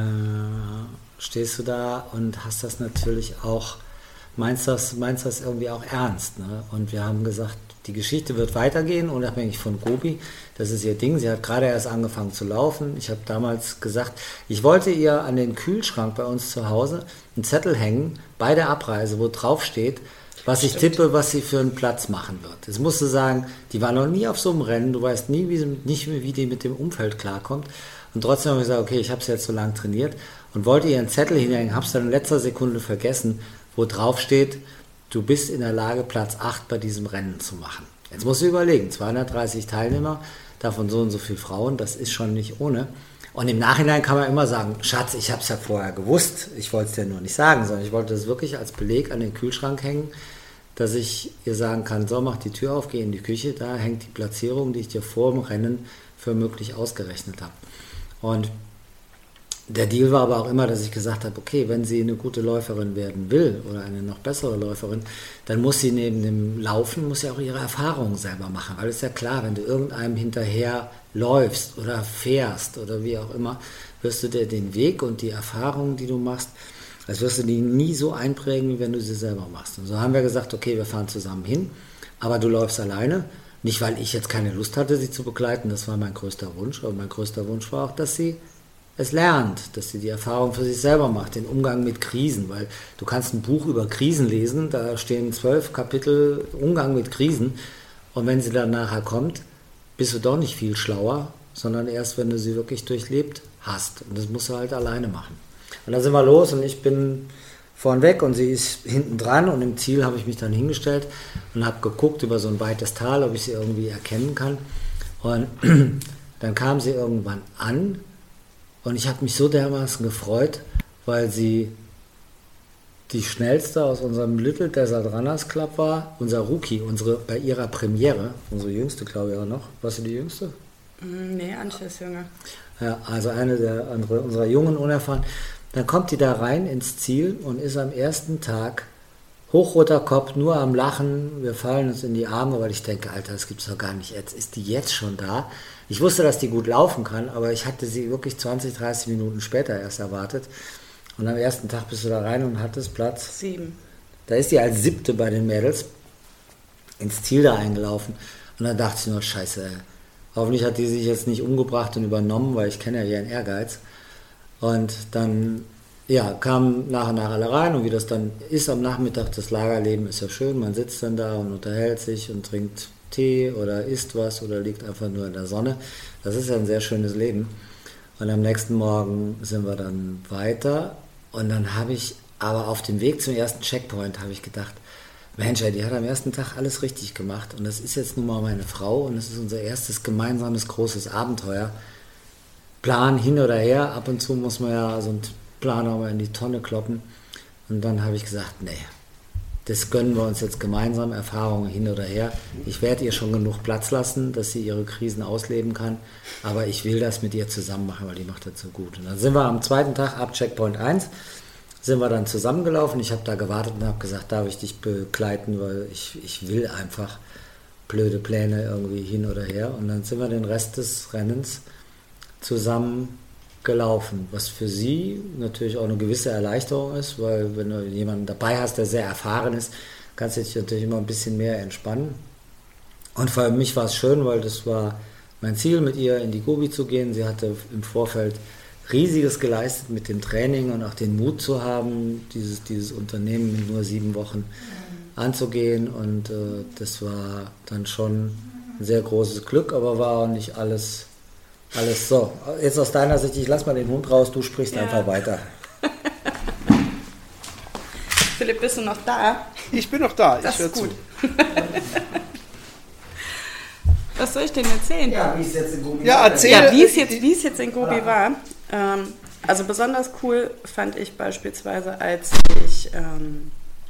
äh, stehst du da und hast das natürlich auch, meinst das, meinst das irgendwie auch ernst. Ne? Und wir haben gesagt, die Geschichte wird weitergehen, unabhängig von Gobi. Das ist ihr Ding. Sie hat gerade erst angefangen zu laufen. Ich habe damals gesagt, ich wollte ihr an den Kühlschrank bei uns zu Hause einen Zettel hängen, bei der Abreise, wo drauf steht, was ich Stimmt. tippe, was sie für einen Platz machen wird. Jetzt musst du sagen, die war noch nie auf so einem Rennen, du weißt nie, wie sie, nicht, wie die mit dem Umfeld klarkommt. Und trotzdem habe ich gesagt, okay, ich habe es jetzt so lange trainiert und wollte ihr einen Zettel hinhängen, habe es dann in letzter Sekunde vergessen, wo drauf steht, du bist in der Lage, Platz acht bei diesem Rennen zu machen. Jetzt musst du überlegen, zweihundertdreißig Teilnehmer, davon so und so viele Frauen, das ist schon nicht ohne. Und im Nachhinein kann man immer sagen, Schatz, ich habe es ja vorher gewusst, ich wollte es dir nur nicht sagen, sondern ich wollte das wirklich als Beleg an den Kühlschrank hängen, dass ich ihr sagen kann, so, mach die Tür auf, geh in die Küche, da hängt die Platzierung, die ich dir vor dem Rennen für möglich ausgerechnet habe. Und der Deal war aber auch immer, dass ich gesagt habe, okay, wenn sie eine gute Läuferin werden will oder eine noch bessere Läuferin, dann muss sie neben dem Laufen, muss sie auch ihre Erfahrungen selber machen. Weil es ist ja klar, wenn du irgendeinem hinterher läufst oder fährst oder wie auch immer, wirst du dir den Weg und die Erfahrungen, die du machst, als wirst du die nie so einprägen, wie wenn du sie selber machst. Und so haben wir gesagt, okay, wir fahren zusammen hin, aber du läufst alleine. Nicht, weil ich jetzt keine Lust hatte, sie zu begleiten, das war mein größter Wunsch, aber mein größter Wunsch war auch, dass sie es lernt, dass sie die Erfahrung für sich selber macht, den Umgang mit Krisen, weil du kannst ein Buch über Krisen lesen, da stehen zwölf Kapitel Umgang mit Krisen und wenn sie dann nachher kommt, bist du doch nicht viel schlauer, sondern erst, wenn du sie wirklich durchlebt hast und das musst du halt alleine machen. Und dann sind wir los und ich bin vorn weg und sie ist hinten dran und im Ziel habe ich mich dann hingestellt und habe geguckt über so ein weites Tal, ob ich sie irgendwie erkennen kann und dann kam sie irgendwann an. Und ich habe mich so dermaßen gefreut, weil sie die schnellste aus unserem Little Desert Runners Club war, unser Rookie, unsere bei ihrer Premiere, unsere jüngste, glaube ich auch noch. Warst du die jüngste? Nee, Antje ist jünger. Ja, also eine der andere, unserer jungen Unerfahren. Dann kommt die da rein ins Ziel und ist am ersten Tag hochroter Kopf, nur am Lachen. Wir fallen uns in die Arme, weil ich denke, Alter, das gibt's doch gar nicht. Jetzt ist die jetzt schon da. Ich wusste, dass die gut laufen kann, aber ich hatte sie wirklich zwanzig, dreißig Minuten später erst erwartet. Und am ersten Tag bist du da rein und hattest Platz. Sieben. Da ist die als siebte bei den Mädels ins Ziel da eingelaufen. Und dann dachte ich nur, scheiße, ey. Hoffentlich hat die sich jetzt nicht umgebracht und übernommen, weil ich kenne ja ihren Ehrgeiz. Und dann ja, kamen nach und nach alle rein und wie das dann ist am Nachmittag, das Lagerleben ist ja schön, man sitzt dann da und unterhält sich und trinkt Tee oder isst was oder liegt einfach nur in der Sonne. Das ist ja ein sehr schönes Leben. Und am nächsten Morgen sind wir dann weiter und dann habe ich, aber auf dem Weg zum ersten Checkpoint habe ich gedacht, Mensch, ey, die hat am ersten Tag alles richtig gemacht und das ist jetzt nun mal meine Frau und das ist unser erstes gemeinsames großes Abenteuer. Plan hin oder her, ab und zu muss man ja so einen Plan auch mal in die Tonne kloppen und dann habe ich gesagt, nee, das gönnen wir uns jetzt gemeinsam, Erfahrungen hin oder her. Ich werde ihr schon genug Platz lassen, dass sie ihre Krisen ausleben kann, aber ich will das mit ihr zusammen machen, weil die macht das so gut. Und dann sind wir am zweiten Tag ab Checkpoint eins, sind wir dann zusammengelaufen. Ich habe da gewartet und habe gesagt, darf ich dich begleiten, weil ich, ich will einfach blöde Pläne irgendwie hin oder her. Und dann sind wir den Rest des Rennens zusammen gelaufen, was für sie natürlich auch eine gewisse Erleichterung ist, weil wenn du jemanden dabei hast, der sehr erfahren ist, kannst du dich natürlich immer ein bisschen mehr entspannen. Und für mich war es schön, weil das war mein Ziel, mit ihr in die Gobi zu gehen. Sie hatte im Vorfeld Riesiges geleistet mit dem Training und auch den Mut zu haben, dieses, dieses Unternehmen in nur sieben Wochen anzugehen. Und äh, das war dann schon ein sehr großes Glück, aber war auch nicht alles Alles so. Jetzt aus deiner Sicht, ich lass mal den Hund raus, du sprichst ja. einfach weiter. Philipp, bist du noch da? Ich bin noch da, das ich höre ist gut. zu. Was soll ich denn erzählen? Ja, wie es jetzt in Gobi ja, war. erzähl. Ja, wie es jetzt, wie es jetzt in Gobi war. Ähm, also besonders cool fand ich beispielsweise, als ich ähm,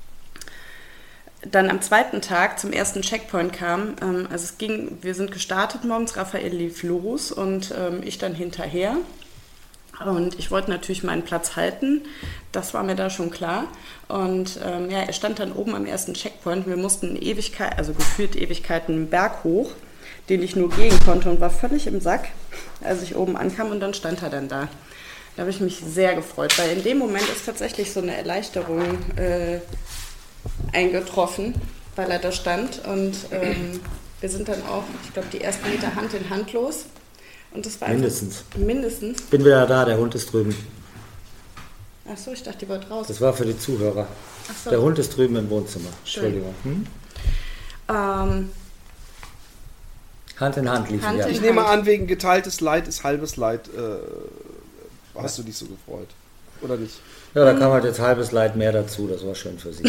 dann am zweiten Tag zum ersten Checkpoint kam. Ähm, also es ging, wir sind gestartet morgens, Raphael lief los und ähm, ich dann hinterher. Und ich wollte natürlich meinen Platz halten, das war mir da schon klar. Und ähm, ja, er stand dann oben am ersten Checkpoint. Wir mussten Ewigkeit, also gefühlt Ewigkeiten einen Berg hoch, den ich nur gehen konnte und war völlig im Sack, als ich oben ankam und dann stand er dann da. Da habe ich mich sehr gefreut, weil in dem Moment ist tatsächlich so eine Erleichterung äh, eingetroffen, weil er da stand und ähm, wir sind dann auch, ich glaube, die ersten Meter Hand in Hand los. Und das war mindestens. Mindestens. Bin wieder da, der Hund ist drüben. Achso, ich dachte, die wollte raus. Das war für die Zuhörer. Ach so. Der Hund ist drüben im Wohnzimmer. Entschuldigung. Hm? Ähm, Hand in Hand liefen Hand wir. in Ich nehme an, wegen geteiltes Leid ist halbes Leid. Äh, hast du dich so gefreut? Oder nicht? Ja, da kam halt jetzt halbes Leid mehr dazu. Das war schön für sie.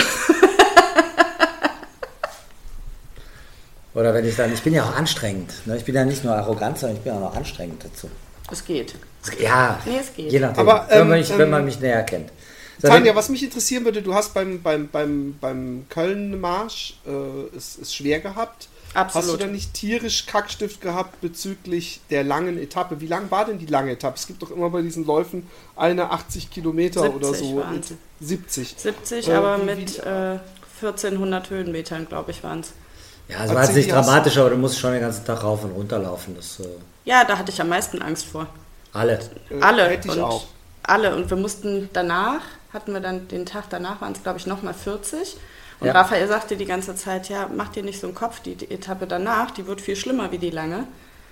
Oder wenn ich dann, ich bin ja auch anstrengend. Ne? Ich bin ja nicht nur arrogant, sondern ich bin auch noch anstrengend dazu. es geht. Ja, Nee, es geht. je nachdem. Aber, wenn, ähm, man mich, wenn man ähm, mich näher kennt. So, Tanja, was mich interessieren würde, du hast beim, beim, beim, beim Köln-Marsch äh, es, es schwer gehabt. Absolut. Hast du da nicht tierisch Kackstift gehabt bezüglich der langen Etappe? Wie lang war denn die lange Etappe? Es gibt doch immer bei diesen Läufen eine achtzig Kilometer oder so. waren's. siebzig. siebzig, Äh, aber wie- mit wie- äh, vierzehnhundert Höhenmetern, glaube ich, waren es. Ja, es war jetzt nicht dramatisch, aber du musst schon den ganzen Tag rauf und runter laufen. Das, äh, Ja, da hatte ich am meisten Angst vor. alle. Äh, Alle. Hätte ich und auch. Alle. Und wir mussten danach, hatten wir dann den Tag danach, waren es glaube ich nochmal vierzig. Und Ja. Raphael sagte die ganze Zeit, ja, mach dir nicht so einen Kopf, die, die Etappe danach, die wird viel schlimmer wie die lange.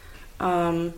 Ähm,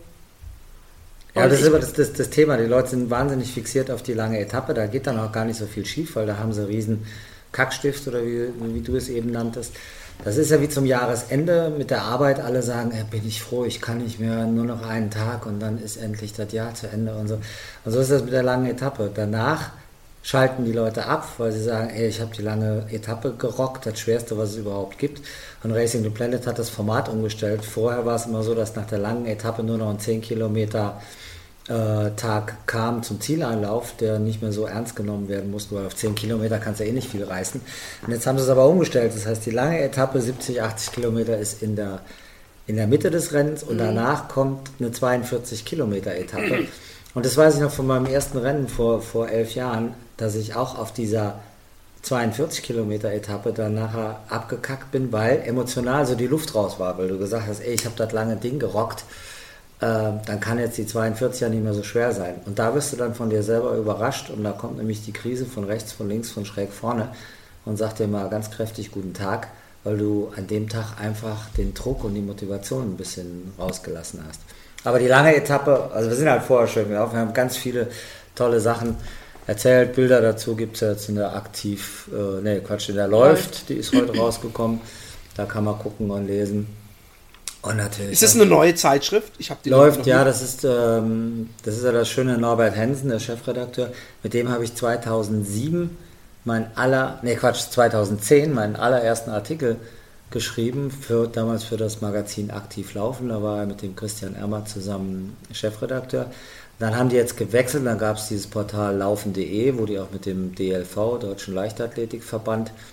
Ja, und das ist ich- aber das, das, das Thema. Die Leute sind wahnsinnig fixiert auf die lange Etappe. Da geht dann auch gar nicht so viel schief, weil da haben sie riesen Kackstift oder wie, wie du es eben nanntest. Das ist ja wie zum Jahresende mit der Arbeit. Alle sagen, äh, bin ich froh, ich kann nicht mehr, nur noch einen Tag und dann ist endlich das Jahr zu Ende und so. Und so ist das mit der langen Etappe. Danach schalten die Leute ab, weil sie sagen, ey, ich habe die lange Etappe gerockt, das Schwerste, was es überhaupt gibt. Und Racing the Planet hat das Format umgestellt. Vorher war es immer so, dass nach der langen Etappe nur noch ein zehn Kilometer äh, Tag kam zum Zieleinlauf, der nicht mehr so ernst genommen werden musste, weil auf zehn Kilometer kannst du ja eh nicht viel reißen. Und jetzt haben sie es aber umgestellt. Das heißt, die lange Etappe, siebzig, achtzig Kilometer, ist in der, in der Mitte des Rennens und danach kommt eine zweiundvierzig Kilometer Etappe. Und das weiß ich noch von meinem ersten Rennen vor, vor elf Jahren, dass ich auch auf dieser zweiundvierzig Kilometer Etappe dann nachher abgekackt bin, weil emotional so die Luft raus war, weil du gesagt hast, ey, ich habe das lange Ding gerockt, äh, dann kann jetzt die zweiundvierzig ja nicht mehr so schwer sein. Und da wirst du dann von dir selber überrascht und da kommt nämlich die Krise von rechts, von links, von schräg vorne und sagt dir mal ganz kräftig guten Tag, weil du an dem Tag einfach den Druck und die Motivation ein bisschen rausgelassen hast. Aber die lange Etappe, also wir sind halt vorher schön gelaufen, wir haben ganz viele tolle Sachen erzählt, Bilder dazu gibt es jetzt in der Aktiv, äh, ne Quatsch, in der Läuft, die ist heute rausgekommen, da kann man gucken und lesen. Und natürlich. Ist das eine neue Zeitschrift? Ich habe die Läuft, noch ja, nie- das ist, ähm, das ist ja das schöne Norbert Hensen, der Chefredakteur, mit dem habe ich zweitausendsieben mein aller, ne Quatsch, zweitausendzehn meinen allerersten Artikel geschrieben, für, damals für das Magazin Aktiv Laufen, da war er mit dem Christian Ermer zusammen Chefredakteur. Dann haben die jetzt gewechselt, dann gab es dieses Portal laufen punkt de, wo die auch mit dem D L V, Deutschen Leichtathletikverband,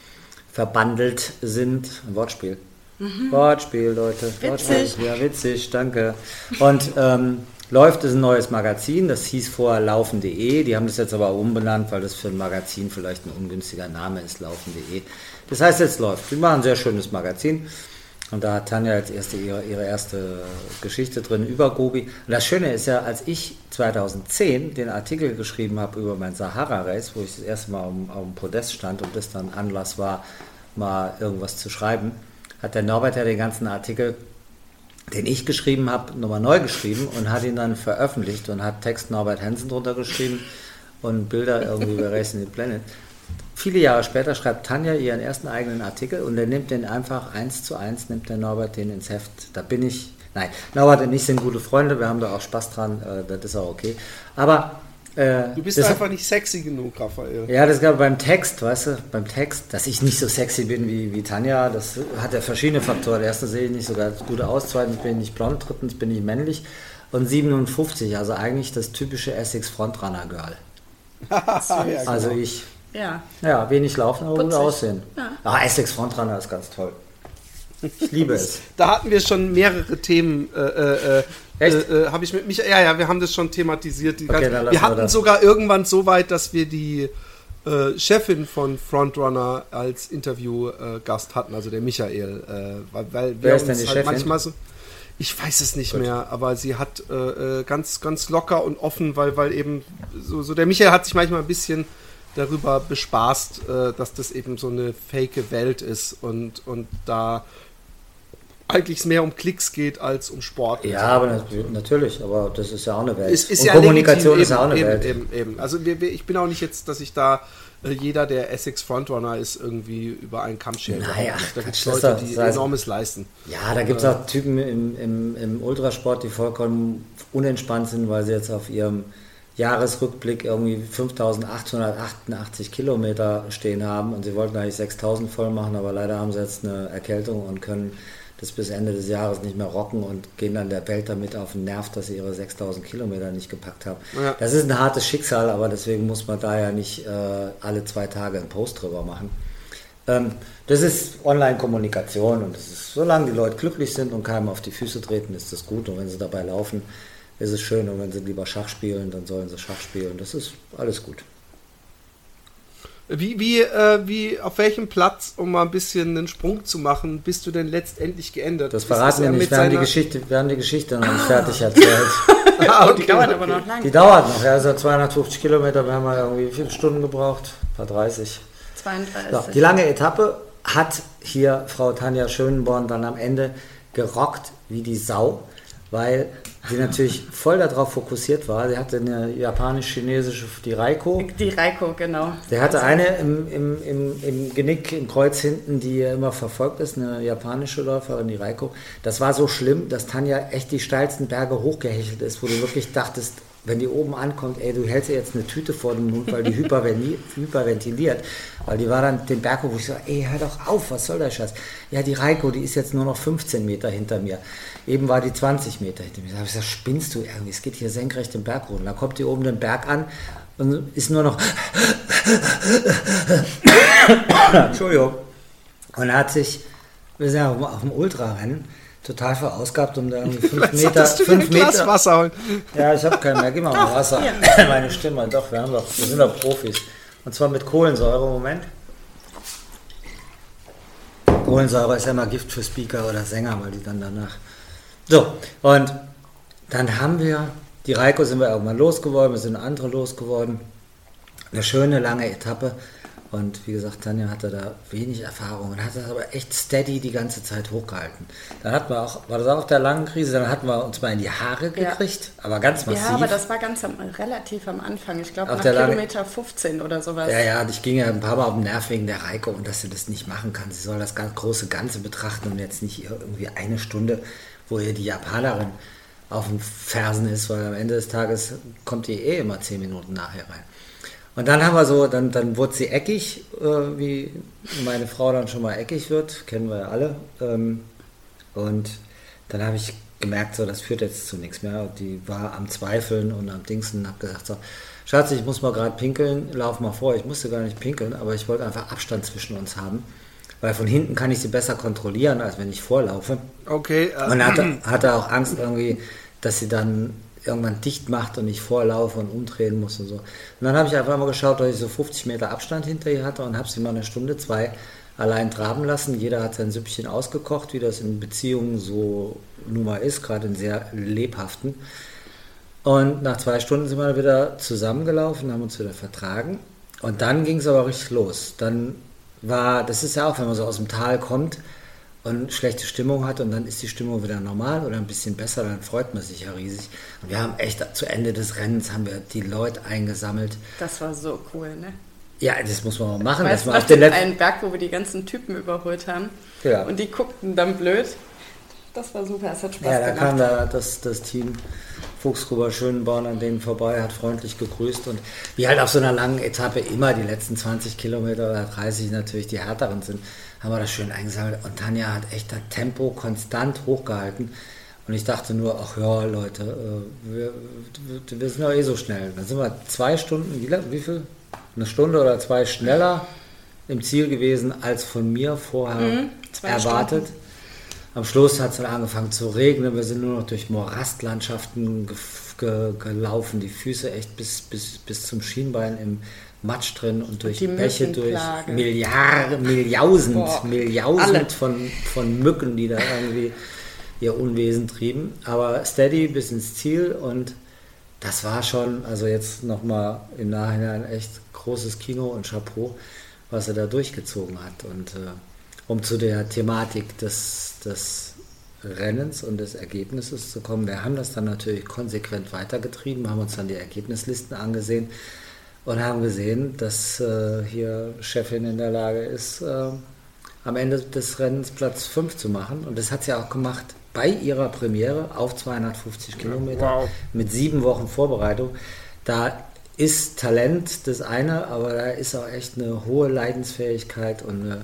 verbandelt sind. Ein Wortspiel. Mhm. Wortspiel, Leute. Witzig. Wortspiel. Ja, witzig, danke. Und ähm, Läuft ist ein neues Magazin, das hieß vorher laufen punkt de. Die haben das jetzt aber umbenannt, weil das für ein Magazin vielleicht ein ungünstiger Name ist, laufen punkt de. Das heißt jetzt läuft. Die machen ein sehr schönes Magazin. Und da hat Tanja als erste ihre, ihre erste Geschichte drin über Gobi. Und das Schöne ist ja, als ich zweitausendzehn den Artikel geschrieben habe über mein Sahara-Race, wo ich das erste Mal auf, auf dem Podest stand und das dann Anlass war, mal irgendwas zu schreiben, hat der Norbert ja den ganzen Artikel, den ich geschrieben habe, nochmal neu geschrieben und hat ihn dann veröffentlicht und hat Text Norbert Hansen drunter geschrieben und Bilder irgendwie über Racing the Planet. Viele Jahre später schreibt Tanja ihren ersten eigenen Artikel und er nimmt den einfach eins zu eins, nimmt der Norbert den ins Heft. Da bin ich, nein, Norbert und ich sind gute Freunde, wir haben da auch Spaß dran, äh, das ist auch okay. Aber äh, du bist einfach nicht sexy genug, Raphael. Ja, das gab beim Text, weißt du, beim Text, dass ich nicht so sexy bin wie, wie Tanja, das hat ja verschiedene Faktoren. Erstens sehe ich nicht so ganz gut aus, zweitens bin ich nicht blond, drittens bin ich männlich und siebenundfünfzig, also eigentlich das typische Essex Frontrunner Girl. ja, also genau. ich... Ja. Ja, wenig laufen, aber gut aussehen. Ja. Ah, Essex Frontrunner ist ganz toll. Ich liebe es. Da hatten wir schon mehrere Themen. Äh, äh, Echt? Äh, äh, habe ich mit mich. Ja, ja, wir haben das schon thematisiert. Die Okay, ganze, wir wir hatten das. sogar irgendwann so weit, dass wir die äh, Chefin von Frontrunner als Interviewgast äh, hatten, also der Michael. Äh, weil, weil Wer wir ist denn uns die halt Chefin? manchmal so. Ich weiß es nicht Gut. mehr, aber sie hat äh, ganz, ganz locker und offen, weil, weil eben so, so der Michael hat sich manchmal ein bisschen darüber bespaßt, äh, dass das eben so eine fake Welt ist und, und da eigentlich es mehr um Klicks geht als um Sport. Ja, aber nat- natürlich, aber das ist ja auch eine Welt. Es ist Und ja Kommunikation legitim, ist ja auch eine eben, Welt. Eben, eben, eben. Also wir, wir, ich bin auch nicht jetzt, dass ich da äh, jeder, der Essex Frontrunner ist, irgendwie über einen Kamm schert. Naja, Überhaupt nicht. Da gibt es Quatsch, das Leute, ist doch- die das heißt- enormes leisten. Ja, da gibt es auch Typen im, im, im Ultrasport, die vollkommen unentspannt sind, weil sie jetzt auf ihrem Jahresrückblick irgendwie fünftausendachthundertachtundachtzig Kilometer stehen haben und sie wollten eigentlich sechstausend voll machen, aber leider haben sie jetzt eine Erkältung und können das bis Ende des Jahres nicht mehr rocken und gehen dann der Welt damit auf den Nerv, dass sie ihre sechstausend Kilometer nicht gepackt haben. Ja. Das ist ein hartes Schicksal, aber deswegen muss man da ja nicht äh, alle zwei Tage einen Post drüber machen. Ähm, das ist Online-Kommunikation und das ist, solange die Leute glücklich sind und keinem auf die Füße treten, ist das gut und wenn sie dabei laufen, ist es schön und wenn sie lieber Schach spielen, dann sollen sie Schach spielen. Das ist alles gut. Wie, wie, äh, wie, auf welchem Platz, um mal ein bisschen einen Sprung zu machen, bist du denn letztendlich geendet? Das Ist verraten wir er nicht. mit Wir haben, die seiner- Geschichte, wir haben die Geschichte noch nicht fertig erzählt. Ah, Oh, okay, die dauert okay. aber noch lange. Die dauert noch. Ja, also zweihundertfünfzig Kilometer, wir haben ja irgendwie wie viele Stunden gebraucht? Ein paar dreißig. zweiunddreißig. So, die lange Etappe hat hier Frau Tanja Schönborn dann am Ende gerockt wie die Sau, weil sie natürlich voll darauf fokussiert war. Sie hatte eine japanisch-chinesische, die Reiko. Die Reiko, genau. Der hatte eine im, im, im, im Genick, im Kreuz hinten, die immer verfolgt ist, eine japanische Läuferin, die Reiko. Das war so schlimm, dass Tanja echt die steilsten Berge hochgehechelt ist, wo du wirklich dachtest, wenn die oben ankommt, ey, du hältst ihr jetzt eine Tüte vor den Mund, weil die hyperveni- hyperventiliert. Weil die war dann den Berg hoch, wo ich so, ey, hör doch auf, was soll der Scheiß? Ja, die Reiko, die ist jetzt nur noch fünfzehn Meter hinter mir. Eben war die zwanzig Meter hinter mir. Da habe ich gesagt, spinnst du irgendwie? Es geht hier senkrecht den Berg runter. Dann kommt die oben den Berg an und ist nur noch Entschuldigung. Und er hat sich, wir sind ja auf dem Ultrarennen, total verausgabt, um da irgendwie fünf Meter, Solltest du dir ein fünf Glas Meter. Wasser holen. Ja, ich habe keinen mehr. Gib mal mal Wasser. hier. Meine Stimme, doch, wir haben doch, wir sind doch Profis. Und zwar mit Kohlensäure. Moment. Kohlensäure ist ja immer Gift für Speaker oder Sänger, weil die dann danach. So, und dann haben wir, die Reiko sind wir irgendwann losgeworden, wir sind andere losgeworden. Eine schöne lange Etappe. Und wie gesagt, Tanja hatte da wenig Erfahrung und hat das aber echt steady die ganze Zeit hochgehalten. Dann hatten wir auch, war das auch auf der langen Krise, dann hatten wir uns mal in die Haare Ja. gekriegt, aber ganz massiv. Ja, aber das war ganz am, relativ am Anfang. Ich glaube, Auf nach der lange- Kilometer fünfzehn oder sowas. Ja, ja, ich ging ja ein paar Mal auf den Nerv wegen der Reiko und dass sie das nicht machen kann. Sie soll das ganz große Ganze betrachten und jetzt nicht irgendwie eine Stunde, wo ihr die Japanerin auf den Fersen ist, weil am Ende des Tages kommt die eh immer zehn Minuten nachher rein. Und dann haben wir so, dann, dann wurde sie eckig, äh, wie meine Frau dann schon mal eckig wird, kennen wir ja alle. Ähm, und dann habe ich gemerkt, so, das führt jetzt zu nichts mehr. Und die war am Zweifeln und am Dingsen und habe gesagt, so, Schatz, ich muss mal gerade pinkeln, lauf mal vor. Ich musste gar nicht pinkeln, aber ich wollte einfach Abstand zwischen uns haben. weil von hinten kann ich sie besser kontrollieren, als wenn ich vorlaufe. Okay. Äh, Und hatte, hatte auch Angst irgendwie, dass sie dann irgendwann dicht macht und ich vorlaufe und umdrehen muss und so. Und dann habe ich einfach mal geschaut, dass ich so fünfzig Meter Abstand hinter ihr hatte und habe sie mal eine Stunde, zwei allein traben lassen. Jeder hat sein Süppchen ausgekocht, wie das in Beziehungen so nun mal ist, gerade in sehr lebhaften. Und nach zwei Stunden sind wir wieder zusammengelaufen, haben uns wieder vertragen. Und dann ging es aber richtig los. Dann war, das ist ja auch, wenn man so aus dem Tal kommt und schlechte Stimmung hat und dann ist die Stimmung wieder normal oder ein bisschen besser, dann freut man sich ja riesig. Und wir haben echt zu Ende des Rennens haben wir die Leute eingesammelt. Das war so cool, ne? Ja, das muss man mal machen. Weißt du, auf den einen Berg, wo wir die ganzen Typen überholt haben ja. und die guckten dann blöd. Das war super, es hat Spaß ja, da gemacht. kam da das, das Team Fuchsgruber Schönborn an denen vorbei, hat freundlich gegrüßt und wie halt auf so einer langen Etappe immer die letzten zwanzig Kilometer oder dreißig natürlich die härteren sind, haben wir das schön eingesammelt und Tanja hat echt das Tempo konstant hochgehalten und ich dachte nur, ach ja Leute, wir, wir sind doch eh so schnell. Dann sind wir zwei Stunden, wie, wie viel? Eine Stunde oder zwei schneller im Ziel gewesen als von mir vorher mhm, erwartet. Stunden. Am Schluss hat es dann angefangen zu regnen, wir sind nur noch durch Morastlandschaften ge- ge- gelaufen, die Füße echt bis, bis, bis zum Schienbein im Matsch drin und durch und Bäche, durch Milliarden, Milliausend, Boah, Milliausend von, von Mücken, die da irgendwie ihr Unwesen trieben. Aber steady bis ins Ziel und das war schon, also jetzt nochmal im Nachhinein echt großes Kino und Chapeau, was er da durchgezogen hat. Und äh, um zu der Thematik des, des Rennens und des Ergebnisses zu kommen, wir haben das dann natürlich konsequent weitergetrieben, haben uns dann die Ergebnislisten angesehen und haben gesehen, dass äh, hier Chefin in der Lage ist, äh, am Ende des Rennens Platz fünf zu machen. Und das hat sie auch gemacht bei ihrer Premiere auf zweihundertfünfzig Kilometer wow. mit sieben Wochen Vorbereitung. Da ist Talent das eine, aber da ist auch echt eine hohe Leidensfähigkeit und eine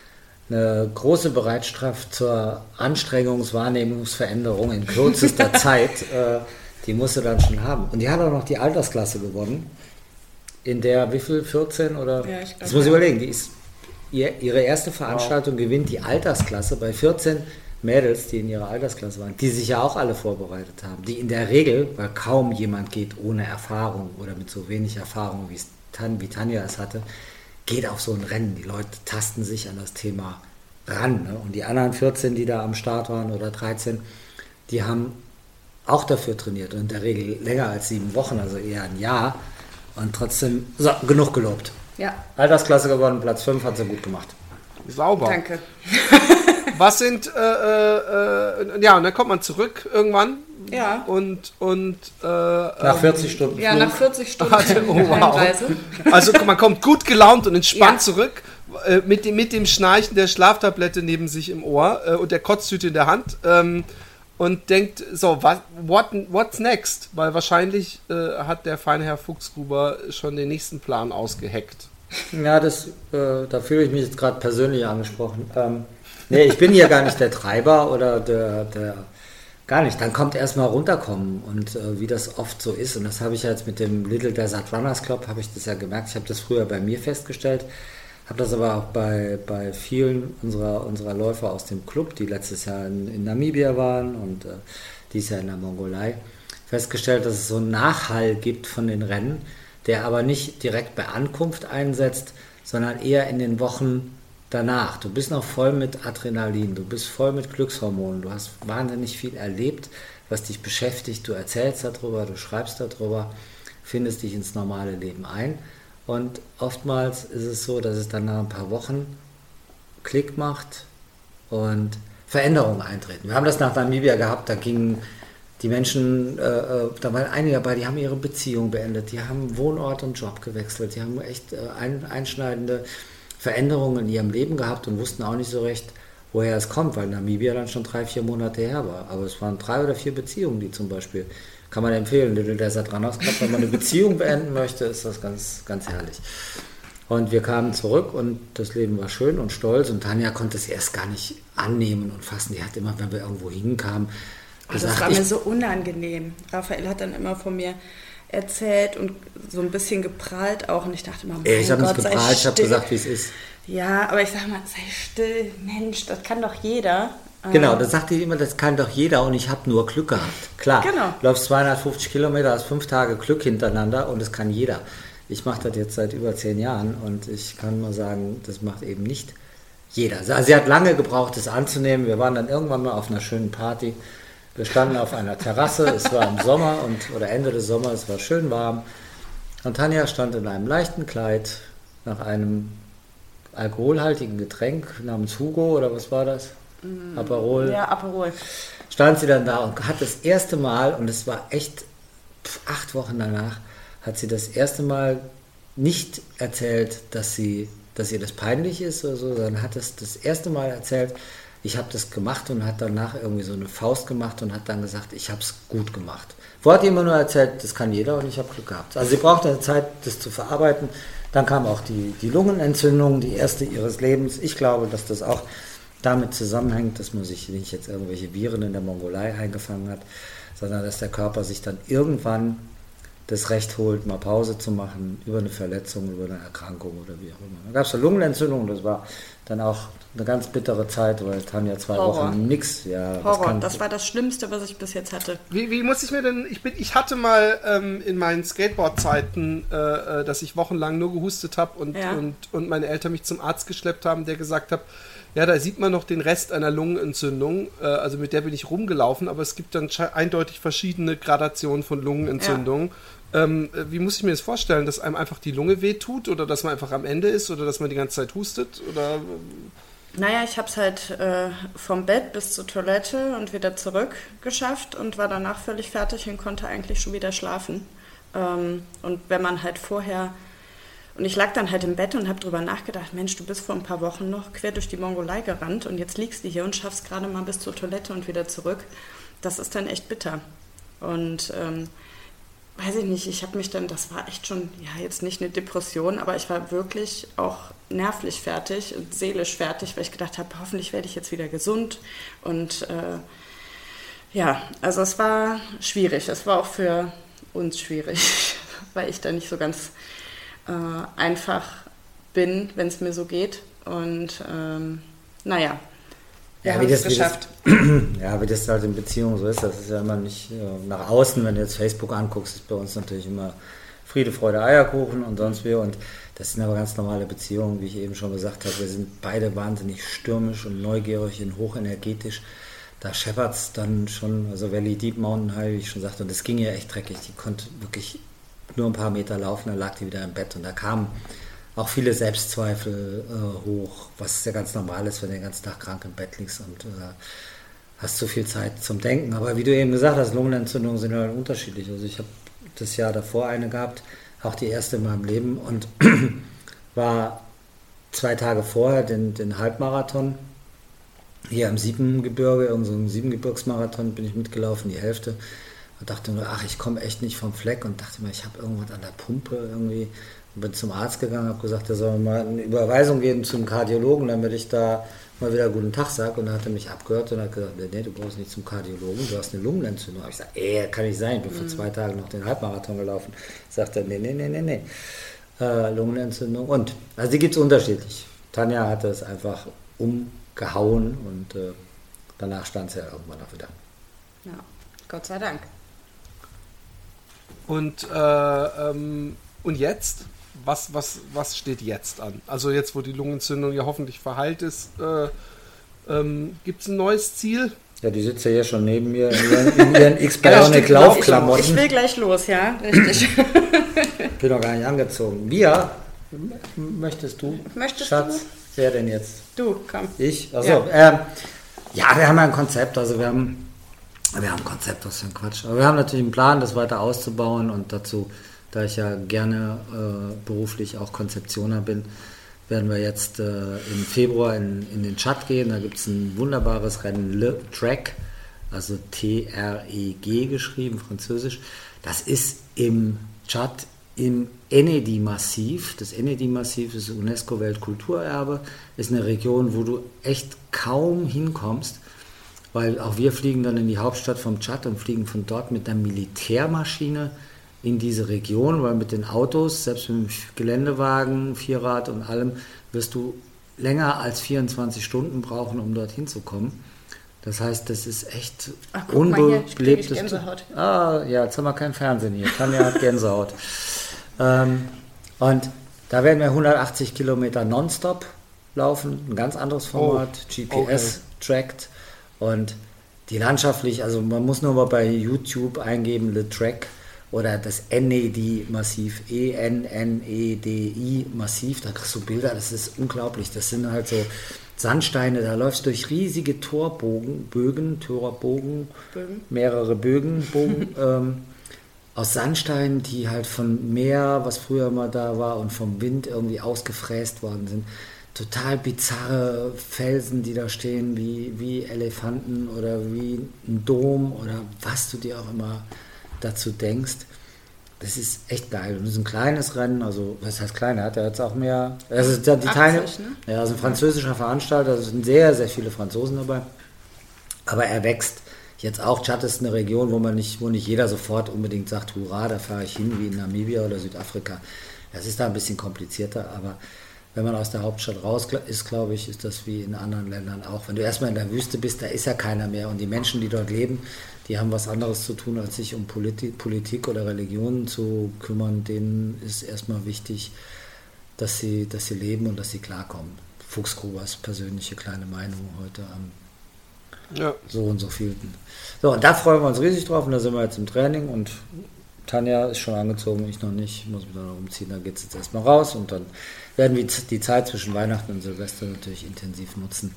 Eine große Bereitschaft zur Anstrengungswahrnehmungsveränderung in kürzester Zeit, äh, die musste dann schon haben. Und die hat auch noch die Altersklasse gewonnen, in der, wie viel, vierzehn oder? Ja, ich glaub, das muss ich ja. überlegen, die ist, ihr, ihre erste Veranstaltung wow. gewinnt die Altersklasse bei vierzehn Mädels, die in ihrer Altersklasse waren, die sich ja auch alle vorbereitet haben, die in der Regel, weil kaum jemand geht ohne Erfahrung oder mit so wenig Erfahrung, wie, es Tan, wie Tanja es hatte, geht auf so ein Rennen. Die Leute tasten sich an das Thema ran. Ne? Und die anderen vierzehn, die da am Start waren oder dreizehn, die haben auch dafür trainiert. Und in der Regel länger als sieben Wochen, also eher ein Jahr. Und trotzdem, so, genug gelobt. Ja. Altersklasse gewonnen, Platz fünf, hat sie gut gemacht. Sauber. Danke. Was sind, äh, äh, ja, und dann kommt man zurück irgendwann. Ja. Und, und äh, nach vierzig Stunden. Ja, nach vierzig Stunden. Hatte, oh, wow. Also man kommt gut gelaunt und entspannt ja. zurück äh, mit, dem, mit dem Schnarchen der Schlaftablette neben sich im Ohr äh, und der Kotztüte in der Hand ähm, und denkt, so, was, what, what's next? Weil wahrscheinlich äh, hat der feine Herr Fuchsgruber schon den nächsten Plan ausgeheckt. Ja, das, äh, da fühle ich mich jetzt gerade persönlich angesprochen. Ähm, nee, ich bin hier gar nicht der Treiber oder der, der Gar nicht, dann kommt erstmal runterkommen und äh, wie das oft so ist und das habe ich jetzt mit dem Little Desert Runners Club, habe ich das ja gemerkt, ich habe das früher bei mir festgestellt, habe das aber auch bei, bei vielen unserer, unserer Läufer aus dem Club, die letztes Jahr in, in Namibia waren und äh, dieses Jahr in der Mongolei, festgestellt, dass es so einen Nachhall gibt von den Rennen, der aber nicht direkt bei Ankunft einsetzt, sondern eher in den Wochen danach. Du bist noch voll mit Adrenalin, du bist voll mit Glückshormonen, du hast wahnsinnig viel erlebt, was dich beschäftigt, du erzählst darüber, du schreibst darüber, findest dich ins normale Leben ein und oftmals ist es so, dass es dann nach ein paar Wochen Klick macht und Veränderungen eintreten. Wir haben das nach Namibia gehabt, da gingen die Menschen, äh, da waren einige dabei, die haben ihre Beziehung beendet, die haben Wohnort und Job gewechselt, die haben echt äh, ein, einschneidende Veränderungen in ihrem Leben gehabt und wussten auch nicht so recht, woher es kommt, weil Namibia dann schon drei, vier Monate her war. Aber es waren drei oder vier Beziehungen, die zum Beispiel, kann man empfehlen, Little Desert Runners Club, wenn man eine Beziehung beenden möchte, ist das ganz, ganz herrlich. Und wir kamen zurück und das Leben war schön und stolz und Tanja konnte es erst gar nicht annehmen und fassen. Die hat immer, wenn wir irgendwo hinkamen, gesagt... Das war mir so unangenehm. Raphael hat dann immer von mir erzählt und so ein bisschen geprahlt auch. Und ich dachte immer, mein Ich habe nicht Gott, sei geprahlt, ich habe still. gesagt, wie es ist. Ja, aber ich sag mal, sei still, Mensch, das kann doch jeder. Genau, Ähm, das sagte ich immer, das kann doch jeder und ich habe nur Glück gehabt. Klar, Genau. du läufst zweihundertfünfzig Kilometer, hast fünf Tage Glück hintereinander und das kann jeder. Ich mache das jetzt seit über zehn Jahren und ich kann mal sagen, das macht eben nicht jeder. Also sie hat lange gebraucht, das anzunehmen. Wir waren dann irgendwann mal auf einer schönen Party. Wir standen auf einer Terrasse, es war im Sommer und, oder Ende des Sommers, es war schön warm. Und Tanja stand in einem leichten Kleid nach einem alkoholhaltigen Getränk namens Hugo oder was war das? Mm, Aperol. Ja, Aperol. Stand sie dann da und hat das erste Mal, und es war echt acht Wochen danach, hat sie das erste Mal nicht erzählt, dass sie, dass ihr das peinlich ist oder so, sondern hat es das erste Mal erzählt, ich habe das gemacht und hat danach irgendwie so eine Faust gemacht und hat dann gesagt, ich habe es gut gemacht. Vorher hat die immer nur erzählt, das kann jeder und ich habe Glück gehabt. Also sie brauchte eine Zeit, das zu verarbeiten. Dann kam auch die, die Lungenentzündung, die erste ihres Lebens. Ich glaube, dass das auch damit zusammenhängt, dass man sich nicht jetzt irgendwelche Viren in der Mongolei eingefangen hat, sondern dass der Körper sich dann irgendwann das Recht holt, mal Pause zu machen über eine Verletzung, über eine Erkrankung oder wie auch immer. Da gab es eine Lungenentzündung, das war dann auch eine ganz bittere Zeit, weil Tanja zwei Horror. Wochen nichts. Ja, Horror, das, kann, das war das Schlimmste, was ich bis jetzt hatte. Wie, wie muss ich mir denn, ich bin, ich hatte mal ähm, in meinen Skateboard-Zeiten, äh, äh, dass ich wochenlang nur gehustet habe und, Ja. und, und meine Eltern mich zum Arzt geschleppt haben, der gesagt hat, ja, da sieht man noch den Rest einer Lungenentzündung, äh, also mit der bin ich rumgelaufen, aber es gibt dann sche- eindeutig verschiedene Gradationen von Lungenentzündungen. Ähm, äh, wie muss ich mir das vorstellen, dass einem einfach die Lunge wehtut oder dass man einfach am Ende ist oder dass man die ganze Zeit hustet oder... Naja, ich habe es halt äh, vom Bett bis zur Toilette und wieder zurück geschafft und war danach völlig fertig und konnte eigentlich schon wieder schlafen. Ähm, und wenn man halt vorher... Und ich lag dann halt im Bett und habe drüber nachgedacht, Mensch, du bist vor ein paar Wochen noch quer durch die Mongolei gerannt und jetzt liegst du hier und schaffst gerade mal bis zur Toilette und wieder zurück. Das ist dann echt bitter. Und ähm, weiß ich nicht, ich habe mich dann, das war echt schon, ja jetzt nicht eine Depression, aber ich war wirklich auch nervlich fertig und seelisch fertig, weil ich gedacht habe, hoffentlich werde ich jetzt wieder gesund. Und äh, ja, also es war schwierig. Es war auch für uns schwierig, weil ich da nicht so ganz... Äh, einfach bin, wenn es mir so geht. Und ähm, naja, wir Ja, haben wie es das, wie geschafft. Das, ja, wie das halt in Beziehungen so ist, das ist ja immer nicht äh, nach außen, wenn du jetzt Facebook anguckst, ist bei uns natürlich immer Friede, Freude, Eierkuchen und sonst wie. Und das sind aber ganz normale Beziehungen, wie ich eben schon gesagt habe. Wir sind beide wahnsinnig stürmisch und neugierig und hochenergetisch. Da scheppert es dann schon, also Valley Deep Mountain High, wie ich schon sagte, und das ging ja echt dreckig. Die konnte wirklich nur ein paar Meter laufen, dann lag die wieder im Bett und da kamen auch viele Selbstzweifel äh, hoch, was ja ganz normal ist, wenn du den ganzen Tag krank im Bett liegst und äh, hast zu viel Zeit zum Denken. Aber wie du eben gesagt hast, Lungenentzündungen sind halt unterschiedlich. Also ich habe das Jahr davor eine gehabt, auch die erste in meinem Leben und war zwei Tage vorher den, den Halbmarathon hier am Siebengebirge, irgendein Siebengebirgsmarathon bin ich mitgelaufen, die Hälfte. Und dachte nur, ach, ich komme echt nicht vom Fleck und dachte mir, ich habe irgendwas an der Pumpe irgendwie. Und bin zum Arzt gegangen, habe gesagt, er soll mir mal eine Überweisung geben zum Kardiologen, damit ich da mal wieder guten Tag sage. Und dann hat er mich abgehört und hat gesagt, nee, du brauchst nicht zum Kardiologen, du hast eine Lungenentzündung. Hab ich gesagt, ey, kann nicht sein, ich bin vor zwei Tagen noch den Halbmarathon gelaufen. Sagt er, nee, nee, nee, nee, nee. Äh, Lungenentzündung und, also die gibt es unterschiedlich. Tanja hatte es einfach umgehauen und äh, danach stand es ja irgendwann auch wieder. Ja, Gott sei Dank. Und, äh, ähm, und jetzt? Was, was, was steht jetzt an? Also jetzt, wo die Lungenentzündung ja hoffentlich verheilt ist, äh, ähm, gibt es ein neues Ziel? Ja, die sitzt ja hier schon neben mir in ihren, in ihren X-Bionic Laufklamotten. Ich will gleich los, ja, richtig. Ich bin noch gar nicht angezogen. Wir, möchtest du? Möchtest Schatz, du? wer denn jetzt? Du, komm. Ich? Achso, Ja. ähm, ja, wir haben ja ein Konzept, also wir haben Wir haben ein Konzept, was für ein Quatsch. Aber wir haben natürlich einen Plan, das weiter auszubauen und dazu, da ich ja gerne äh, beruflich auch Konzeptioner bin, werden wir jetzt äh, im Februar in, in den Tschad gehen. Da gibt es ein wunderbares Rennen, Le Trek, also T R E G geschrieben, französisch. Das ist im Tschad im Enedi-Massiv. Das Enedi-Massiv ist UNESCO-Weltkulturerbe, ist eine Region, wo du echt kaum hinkommst. Weil auch wir fliegen dann in die Hauptstadt vom Tschad und fliegen von dort mit einer Militärmaschine in diese Region, weil mit den Autos, selbst mit dem Geländewagen, Vierrad und allem, wirst du länger als vierundzwanzig Stunden brauchen, um dorthin zu kommen. Das heißt, das ist echt Ach, guck mal hier, unbelebtes... ich Gänsehaut. Ah, ja, jetzt haben wir keinen Fernsehen hier. Tanja hat Gänsehaut. ähm, und da werden wir hundertachtzig Kilometer nonstop laufen, ein ganz anderes Format, oh, G P S-tracked und die landschaftlich, also man muss nur mal bei YouTube eingeben, The Track oder das N E D-Massiv, E N N E D I-Massiv, da kriegst du Bilder, das ist unglaublich, das sind halt so Sandsteine, da läufst du durch riesige Torbogen, Bögen, Torbogen, Bögen. mehrere Bögen, Bogen, ähm, aus Sandsteinen, die halt vom Meer, was früher mal da war, und vom Wind irgendwie ausgefräst worden sind. Total bizarre Felsen, die da stehen, wie, wie Elefanten oder wie ein Dom oder was du dir auch immer dazu denkst. Das ist echt geil. Und das ist ein kleines Rennen, also was heißt klein, er hat ja jetzt auch mehr, also die achtzig, Teilnehmer, ne? ja, also ein französischer Veranstalter, also sind sehr, sehr viele Franzosen dabei, aber er wächst jetzt auch. Tschad ist eine Region, wo man nicht, wo nicht jeder sofort unbedingt sagt, hurra, da fahre ich hin, wie in Namibia oder Südafrika. Das ist da ein bisschen komplizierter, aber wenn man aus der Hauptstadt raus ist, glaube ich, ist das wie in anderen Ländern auch. Wenn du erstmal in der Wüste bist, da ist ja keiner mehr. Und die Menschen, die dort leben, die haben was anderes zu tun, als sich um Politik, Politik oder Religion zu kümmern. Denen ist erstmal wichtig, dass sie, dass sie leben und dass sie klarkommen. Fuchsgrubers persönliche kleine Meinung heute am ja. so und so vielten. So, und da freuen wir uns riesig drauf. Und da sind wir jetzt im Training und Tanja ist schon angezogen, ich noch nicht, ich muss mich dann noch umziehen, dann geht es jetzt erstmal raus und dann werden wir die Zeit zwischen Weihnachten und Silvester natürlich intensiv nutzen,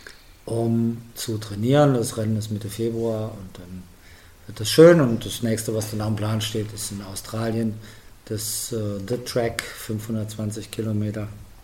um zu trainieren. Das Rennen ist Mitte Februar und dann wird das schön und das nächste, was dann am Plan steht, ist in Australien, das uh, The Track, fünfhundertzwanzig Kilometer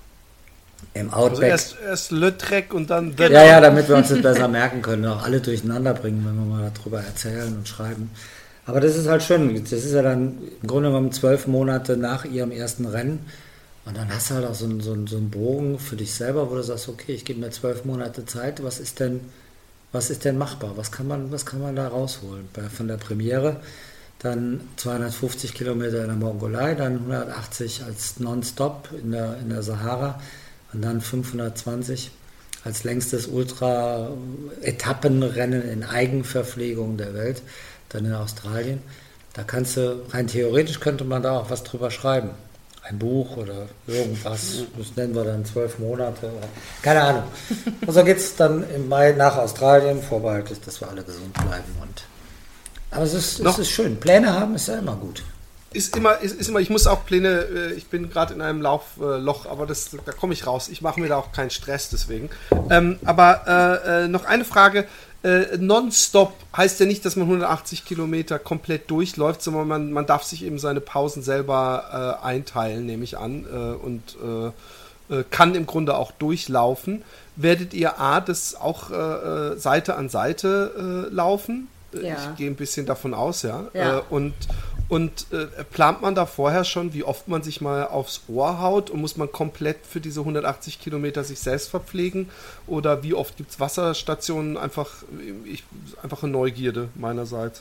im Outback. Also erst, erst Le Track und dann The Ja, ja, damit wir uns das besser merken können, auch alle durcheinander bringen, wenn wir mal darüber erzählen und schreiben. Aber das ist halt schön. Das ist ja dann im Grunde genommen zwölf Monate nach ihrem ersten Rennen. Und dann hast du halt auch so einen, so einen, so einen Bogen für dich selber, wo du sagst, okay, ich gebe mir zwölf Monate Zeit. Was ist denn, was ist denn machbar? Was kann man, was kann man da rausholen? Bei, von der Premiere dann zweihundertfünfzig Kilometer in der Mongolei, dann hundertachtzig als Nonstop in der, in der Sahara und dann fünfhundertzwanzig als längstes Ultra-Etappenrennen in Eigenverpflegung der Welt. Dann in Australien, da kannst du, rein theoretisch könnte man da auch was drüber schreiben. Ein Buch oder irgendwas, das nennen wir dann zwölf Monate, oder, keine Ahnung. Und so geht es dann im Mai nach Australien, vorbehaltlich, dass wir alle gesund bleiben. Und, aber es ist, es ist schön, Pläne haben ist ja immer gut. Ist immer, ist, ist immer, ich muss auch Pläne, ich bin gerade in einem Laufloch, aber das, da komme ich raus. Ich mache mir da auch keinen Stress deswegen. Ähm, aber äh, noch eine Frage. Äh, nonstop heißt ja nicht, dass man hundertachtzig Kilometer komplett durchläuft, sondern man, man darf sich eben seine Pausen selber äh, einteilen, nehme ich an, äh, und äh, äh, kann im Grunde auch durchlaufen. Werdet ihr A, das auch äh, Seite an Seite äh, laufen? Ja. Ich gehe ein bisschen davon aus, ja. ja. Äh, und und äh, plant man da vorher schon, wie oft man sich mal aufs Ohr haut und muss man komplett für diese hundertachtzig Kilometer sich selbst verpflegen? Oder wie oft gibt es Wasserstationen? Einfach, ich, einfach eine Neugierde meinerseits.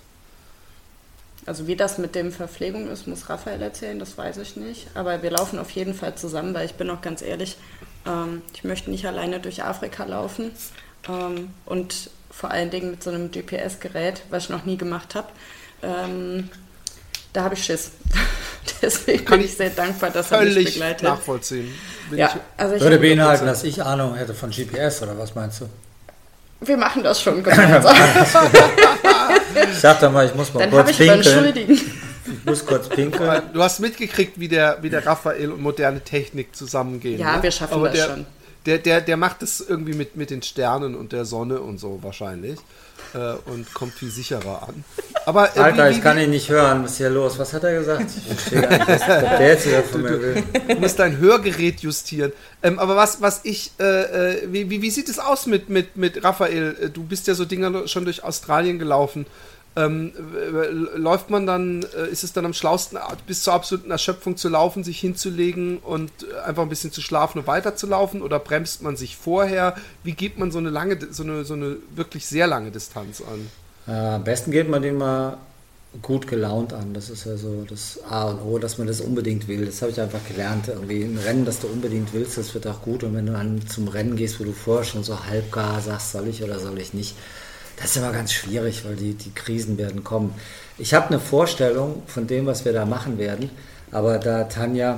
Also wie das mit dem Verpflegung ist, muss Raphael erzählen, das weiß ich nicht. Aber wir laufen auf jeden Fall zusammen, weil ich bin auch ganz ehrlich, ähm, ich möchte nicht alleine durch Afrika laufen. Ähm, und vor allen Dingen mit so einem G P S-Gerät, was ich noch nie gemacht habe. Ähm, Da habe ich Schiss. Deswegen Kann bin ich sehr dankbar, dass er mich begleitet. Völlig nachvollziehen. Bin ja, ich also ich würde beinhalten, dass ich Ahnung hätte von G P S, oder was meinst du? Wir machen das schon gemeinsam. Ich sag doch mal, ich muss mal Dann kurz ich pinkeln. Entschuldigen. Ich muss kurz pinkeln. Du hast mitgekriegt, wie der, wie der Raphael und moderne Technik zusammengehen. Ja, ne? wir schaffen Aber das der, schon. Der, der, der macht das irgendwie mit, mit den Sternen und der Sonne und so wahrscheinlich. Äh, und kommt viel sicherer an. Aber, äh, Alter, wie, wie, ich kann ihn nicht hören. Was ist hier los? Was hat er gesagt? Ich verstehe gar nicht, was der jetzt wieder von mir will. Du musst dein Hörgerät justieren. Ähm, aber was, was ich, äh, wie, wie, wie sieht es aus mit, mit, mit Raphael? Du bist ja so Dinger schon durch Australien gelaufen. Ähm, läuft man dann, äh, ist es dann am schlausten, bis zur absoluten Erschöpfung zu laufen, sich hinzulegen und einfach ein bisschen zu schlafen und weiterzulaufen, oder bremst man sich vorher? Wie geht man so eine lange, so eine, so eine wirklich sehr lange Distanz an? Äh, am besten geht man den mal gut gelaunt an. Das ist ja so das A und O, dass man das unbedingt will. Das habe ich einfach gelernt. Irgendwie ein Rennen, das du unbedingt willst, das wird auch gut. Und wenn du dann zum Rennen gehst, wo du vorher schon so halbgar sagst, soll ich oder soll ich nicht, das ist immer ganz schwierig, weil die, die Krisen werden kommen. Ich habe eine Vorstellung von dem, was wir da machen werden, aber da Tanja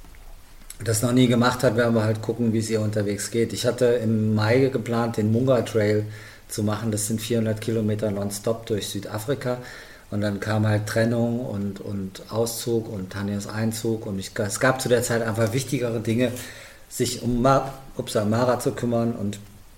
das noch nie gemacht hat, werden wir halt gucken, wie es ihr unterwegs geht. Ich hatte im Mai geplant, den Munga Trail zu machen. Das sind vierhundert Kilometer nonstop durch Südafrika. Und dann kam halt Trennung und, und Auszug und Tanjas Einzug. Und ich, es gab zu der Zeit einfach wichtigere Dinge, sich um Ma, ups, Mara zu kümmern und,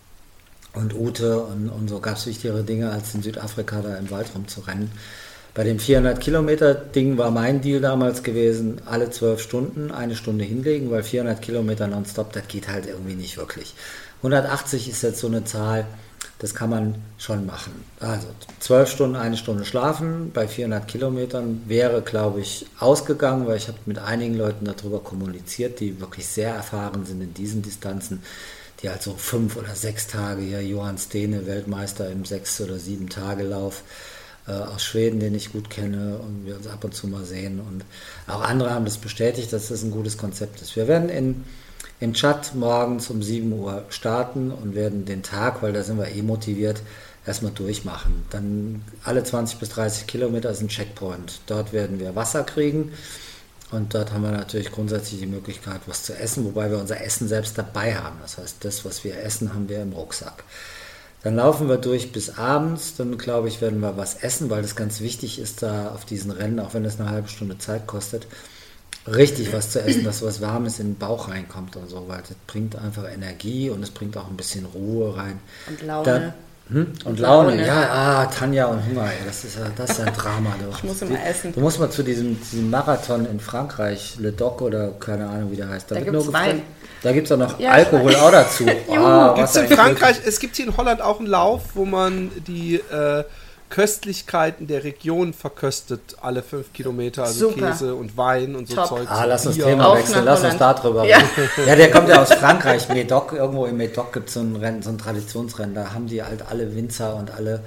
und Ute. Und, und so gab es wichtigere Dinge, als in Südafrika da im Wald rumzurennen. Bei dem vierhundert Kilometer Ding war mein Deal damals gewesen, alle zwölf Stunden eine Stunde hinlegen, weil vierhundert Kilometer nonstop, das geht halt irgendwie nicht wirklich. hundertachtzig ist jetzt so eine Zahl, das kann man schon machen. Also zwölf Stunden, eine Stunde schlafen bei vierhundert Kilometern wäre, glaube ich, ausgegangen, weil ich habe mit einigen Leuten darüber kommuniziert, die wirklich sehr erfahren sind in diesen Distanzen, die halt so fünf oder sechs Tage, hier Johann Stene, Weltmeister im sechs- oder sieben Tage Lauf, aus Schweden, den ich gut kenne und wir uns ab und zu mal sehen. Und auch andere haben das bestätigt, dass das ein gutes Konzept ist. Wir werden in, in Tschad morgens um sieben Uhr starten und werden den Tag, weil da sind wir eh motiviert, erstmal durchmachen. Dann alle zwanzig bis dreißig Kilometer ist ein Checkpoint. Dort werden wir Wasser kriegen und dort haben wir natürlich grundsätzlich die Möglichkeit, was zu essen, wobei wir unser Essen selbst dabei haben. Das heißt, das, was wir essen, haben wir im Rucksack. Dann laufen wir durch bis abends, dann glaube ich, werden wir was essen, weil das ganz wichtig ist da auf diesen Rennen, auch wenn es eine halbe Stunde Zeit kostet, richtig was zu essen, dass was Warmes in den Bauch reinkommt und so, weil das bringt einfach Energie und es bringt auch ein bisschen Ruhe rein. Und Laune. Dann, hm? Und Laune, Laune, ja, ah, Tanja und Hunger, ey, das ist ja das ist ein Drama. Du. Ich muss immer essen. Du musst mal zu diesem, diesem Marathon in Frankreich, Le Doc oder keine Ahnung, wie der heißt. Da, da gibt es Wein. Da gibt es auch noch ja, Alkohol auch dazu. Oh, gibt's in Frankreich, es gibt hier in Holland auch einen Lauf, wo man die äh, Köstlichkeiten der Region verköstet, alle fünf Kilometer, also Super. Käse und Wein und so Top. Zeug. Ah, lass uns Bier. Thema Auf wechseln, nach lass uns da drüber Ja. reden. Ja, der kommt ja aus Frankreich, Médoc, irgendwo im Médoc gibt es so ein Rennen, so ein Traditionsrennen, da haben die halt alle Winzer und alle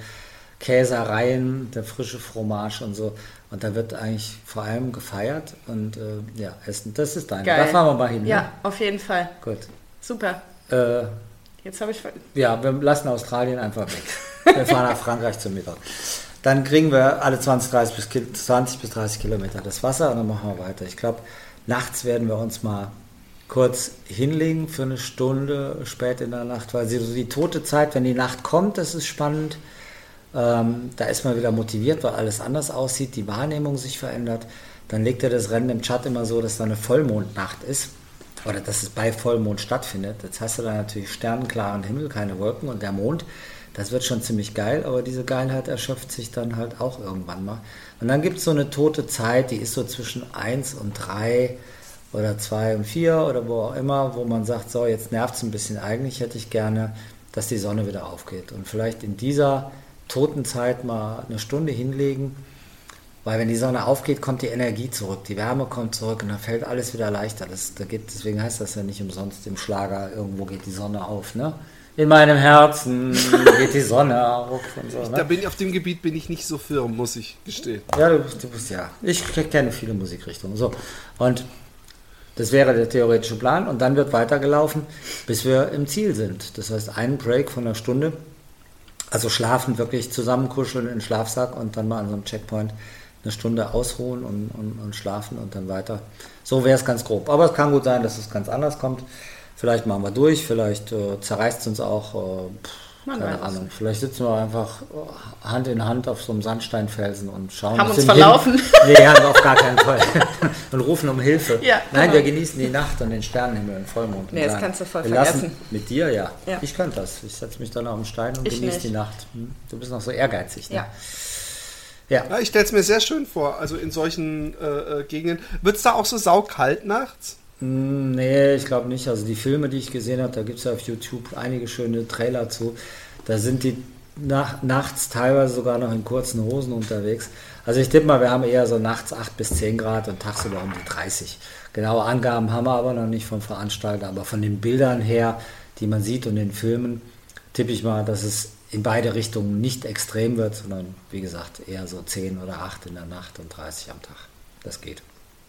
Käsereien, der frische Fromage und so. Und da wird eigentlich vor allem gefeiert und äh, ja, Essen, das ist dein. Da fahren wir mal hin. Ja, ne? auf jeden Fall. Gut. Super. Äh, Jetzt habe ich... Ja, wir lassen Australien einfach weg. Wir fahren nach Frankreich zum Mittag. Dann kriegen wir alle zwanzig, dreißig bis, zwanzig bis dreißig Kilometer das Wasser und dann machen wir weiter. Ich glaube, nachts werden wir uns mal kurz hinlegen für eine Stunde spät in der Nacht, weil so die tote Zeit, wenn die Nacht kommt, das ist spannend. Ähm, da ist man wieder motiviert, weil alles anders aussieht, die Wahrnehmung sich verändert. Dann legt er das Rennen im Chat immer so, dass da eine Vollmondnacht ist oder dass es bei Vollmond stattfindet. Jetzt hast du da natürlich sternenklaren Himmel, keine Wolken und der Mond. Das wird schon ziemlich geil, aber diese Geilheit erschöpft sich dann halt auch irgendwann mal. Und dann gibt es so eine tote Zeit, die ist so zwischen eins und drei oder zwei und vier oder wo auch immer, wo man sagt, so jetzt nervt es ein bisschen. Eigentlich hätte ich gerne, dass die Sonne wieder aufgeht und vielleicht in dieser toten Zeit mal eine Stunde hinlegen, weil wenn die Sonne aufgeht, kommt die Energie zurück, die Wärme kommt zurück und dann fällt alles wieder leichter. Das, da geht, deswegen heißt das ja nicht umsonst im Schlager, irgendwo geht die Sonne auf, ne? In meinem Herzen geht die Sonne auf und so. Ne? Da bin ich, auf dem Gebiet bin ich nicht so firm, muss ich gestehen. Ja, du, du bist ja. Ich kenne viele Musikrichtungen. So. Und das wäre der theoretische Plan und dann wird weitergelaufen, bis wir im Ziel sind. Das heißt, einen Break von einer Stunde, also schlafen, wirklich zusammenkuscheln in den Schlafsack und dann mal an so einem Checkpoint eine Stunde ausruhen und, und, und schlafen und dann weiter. So wäre es ganz grob. Aber es kann gut sein, dass es ganz anders kommt. Vielleicht machen wir durch, vielleicht äh, zerreißt es uns auch, äh, pff, keine Ahnung. Nicht. Vielleicht sitzen wir einfach Hand in Hand auf so einem Sandsteinfelsen und schauen haben uns verlaufen. Nee, haben wir auf gar keinen Fall. Und rufen um Hilfe. Ja, Nein, genau. wir genießen die Nacht und den Sternenhimmel und Vollmond. Nee, das sagen, kannst du voll wir vergessen. Lassen, mit dir, ja. ja. Ich könnte das. Ich setze mich dann auf den Stein und genieße die Nacht. Hm? Du bist noch so ehrgeizig. Ne? Ja. Ja. Ja, ich stelle es mir sehr schön vor, also in solchen äh, Gegenden. Wird es da auch so saukalt nachts? Nee, ich glaube nicht. Also die Filme, die ich gesehen habe, da gibt es ja auf YouTube einige schöne Trailer zu. Da sind die nach, nachts teilweise sogar noch in kurzen Hosen unterwegs. Also ich tippe mal, wir haben eher so nachts acht bis zehn Grad und tagsüber um die dreißig. Genaue Angaben haben wir aber noch nicht vom Veranstalter. Aber von den Bildern her, die man sieht und den Filmen, tippe ich mal, dass es in beide Richtungen nicht extrem wird, sondern wie gesagt eher so zehn oder acht in der Nacht und dreißig am Tag. Das geht.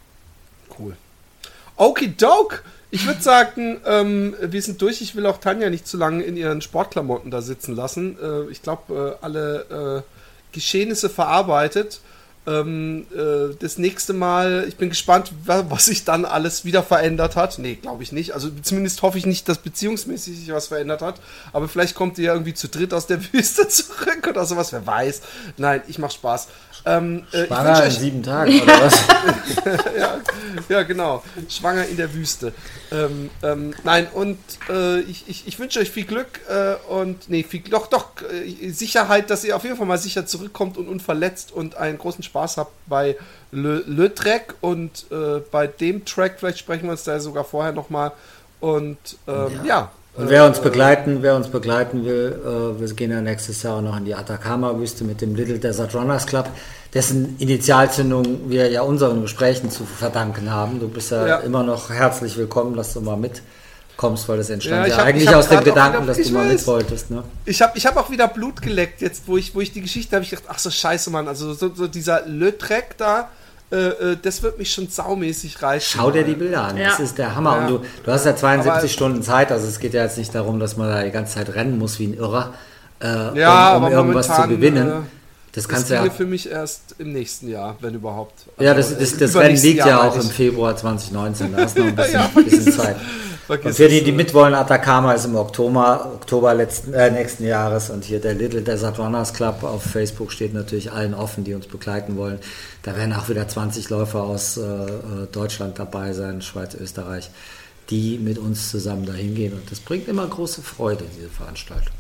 Cool. Okidoke! Ich würde sagen, ähm, wir sind durch. Ich will auch Tanja nicht zu lange in ihren Sportklamotten da sitzen lassen. Äh, ich glaube, äh, alle äh, Geschehnisse verarbeitet. Ähm, äh, das nächste Mal, ich bin gespannt, was sich dann alles wieder verändert hat. Nee, glaube ich nicht. Also zumindest hoffe ich nicht, dass beziehungsmäßig sich was verändert hat. Aber vielleicht kommt ihr ja irgendwie zu dritt aus der Wüste zurück oder sowas. Wer weiß. Nein, ich mach Spaß. Ähm, äh, Schwanger in sieben Tagen oder was? ja, ja, genau. Schwanger in der Wüste. Ähm, ähm, nein, und äh, ich, ich, ich wünsche euch viel Glück äh, und, nee, viel, doch, doch, äh, Sicherheit, dass ihr auf jeden Fall mal sicher zurückkommt und unverletzt und einen großen Spaß habt bei Le, Le Trek und äh, bei dem Track, vielleicht sprechen wir uns da sogar vorher nochmal und ähm, ja. ja. Und wer uns begleiten, wer uns begleiten will, äh, wir gehen ja nächstes Jahr auch noch in die Atacama-Wüste mit dem Little Desert Runners Club, dessen Initialzündung wir ja unseren Gesprächen zu verdanken haben. Du bist ja, ja. immer noch herzlich willkommen, dass du mal mitkommst, weil das entstand ja, ja hab, eigentlich aus dem Gedanken, wieder, dass du mal weiß, mit wolltest. Ne? Ich habe ich hab auch wieder Blut geleckt, jetzt wo ich, wo ich die Geschichte habe, ich gedacht, ach so scheiße, Mann, also so, so dieser Le Trek da, Äh, das wird mich schon saumäßig reichen. Schau dir die Bilder an, ja. Das ist der Hammer. Ja. Und du, du hast ja zweiundsiebzig aber Stunden Zeit, also es geht ja jetzt nicht darum, dass man da die ganze Zeit rennen muss wie ein Irrer, äh, ja, um, um aber irgendwas zu gewinnen. Äh, das kannst das ja für mich erst im nächsten Jahr, wenn überhaupt. Also ja, das, das, das Rennen liegt Jahr ja auch im Februar zwanzig neunzehn, da ist noch ein bisschen, ja, bisschen Zeit. Und für die, die mitwollen, Atacama ist im Oktober, Oktober letzten, äh, nächsten Jahres und hier der Little Desert Runners Club auf Facebook steht natürlich allen offen, die uns begleiten wollen. Da werden auch wieder zwanzig Läufer aus äh, Deutschland dabei sein, Schweiz, Österreich, die mit uns zusammen dahin gehen und das bringt immer große Freude, diese Veranstaltung.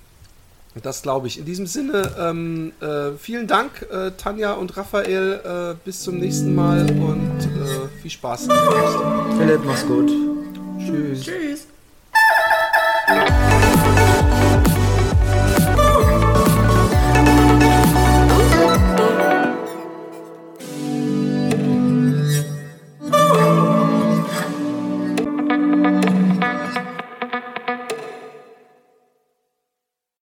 Das glaube ich. In diesem Sinne, ähm, äh, vielen Dank, äh, Tanja und Raphael. Äh, bis zum nächsten Mal und äh, viel Spaß. Philipp, mach's gut. Tschüss. Tschüss.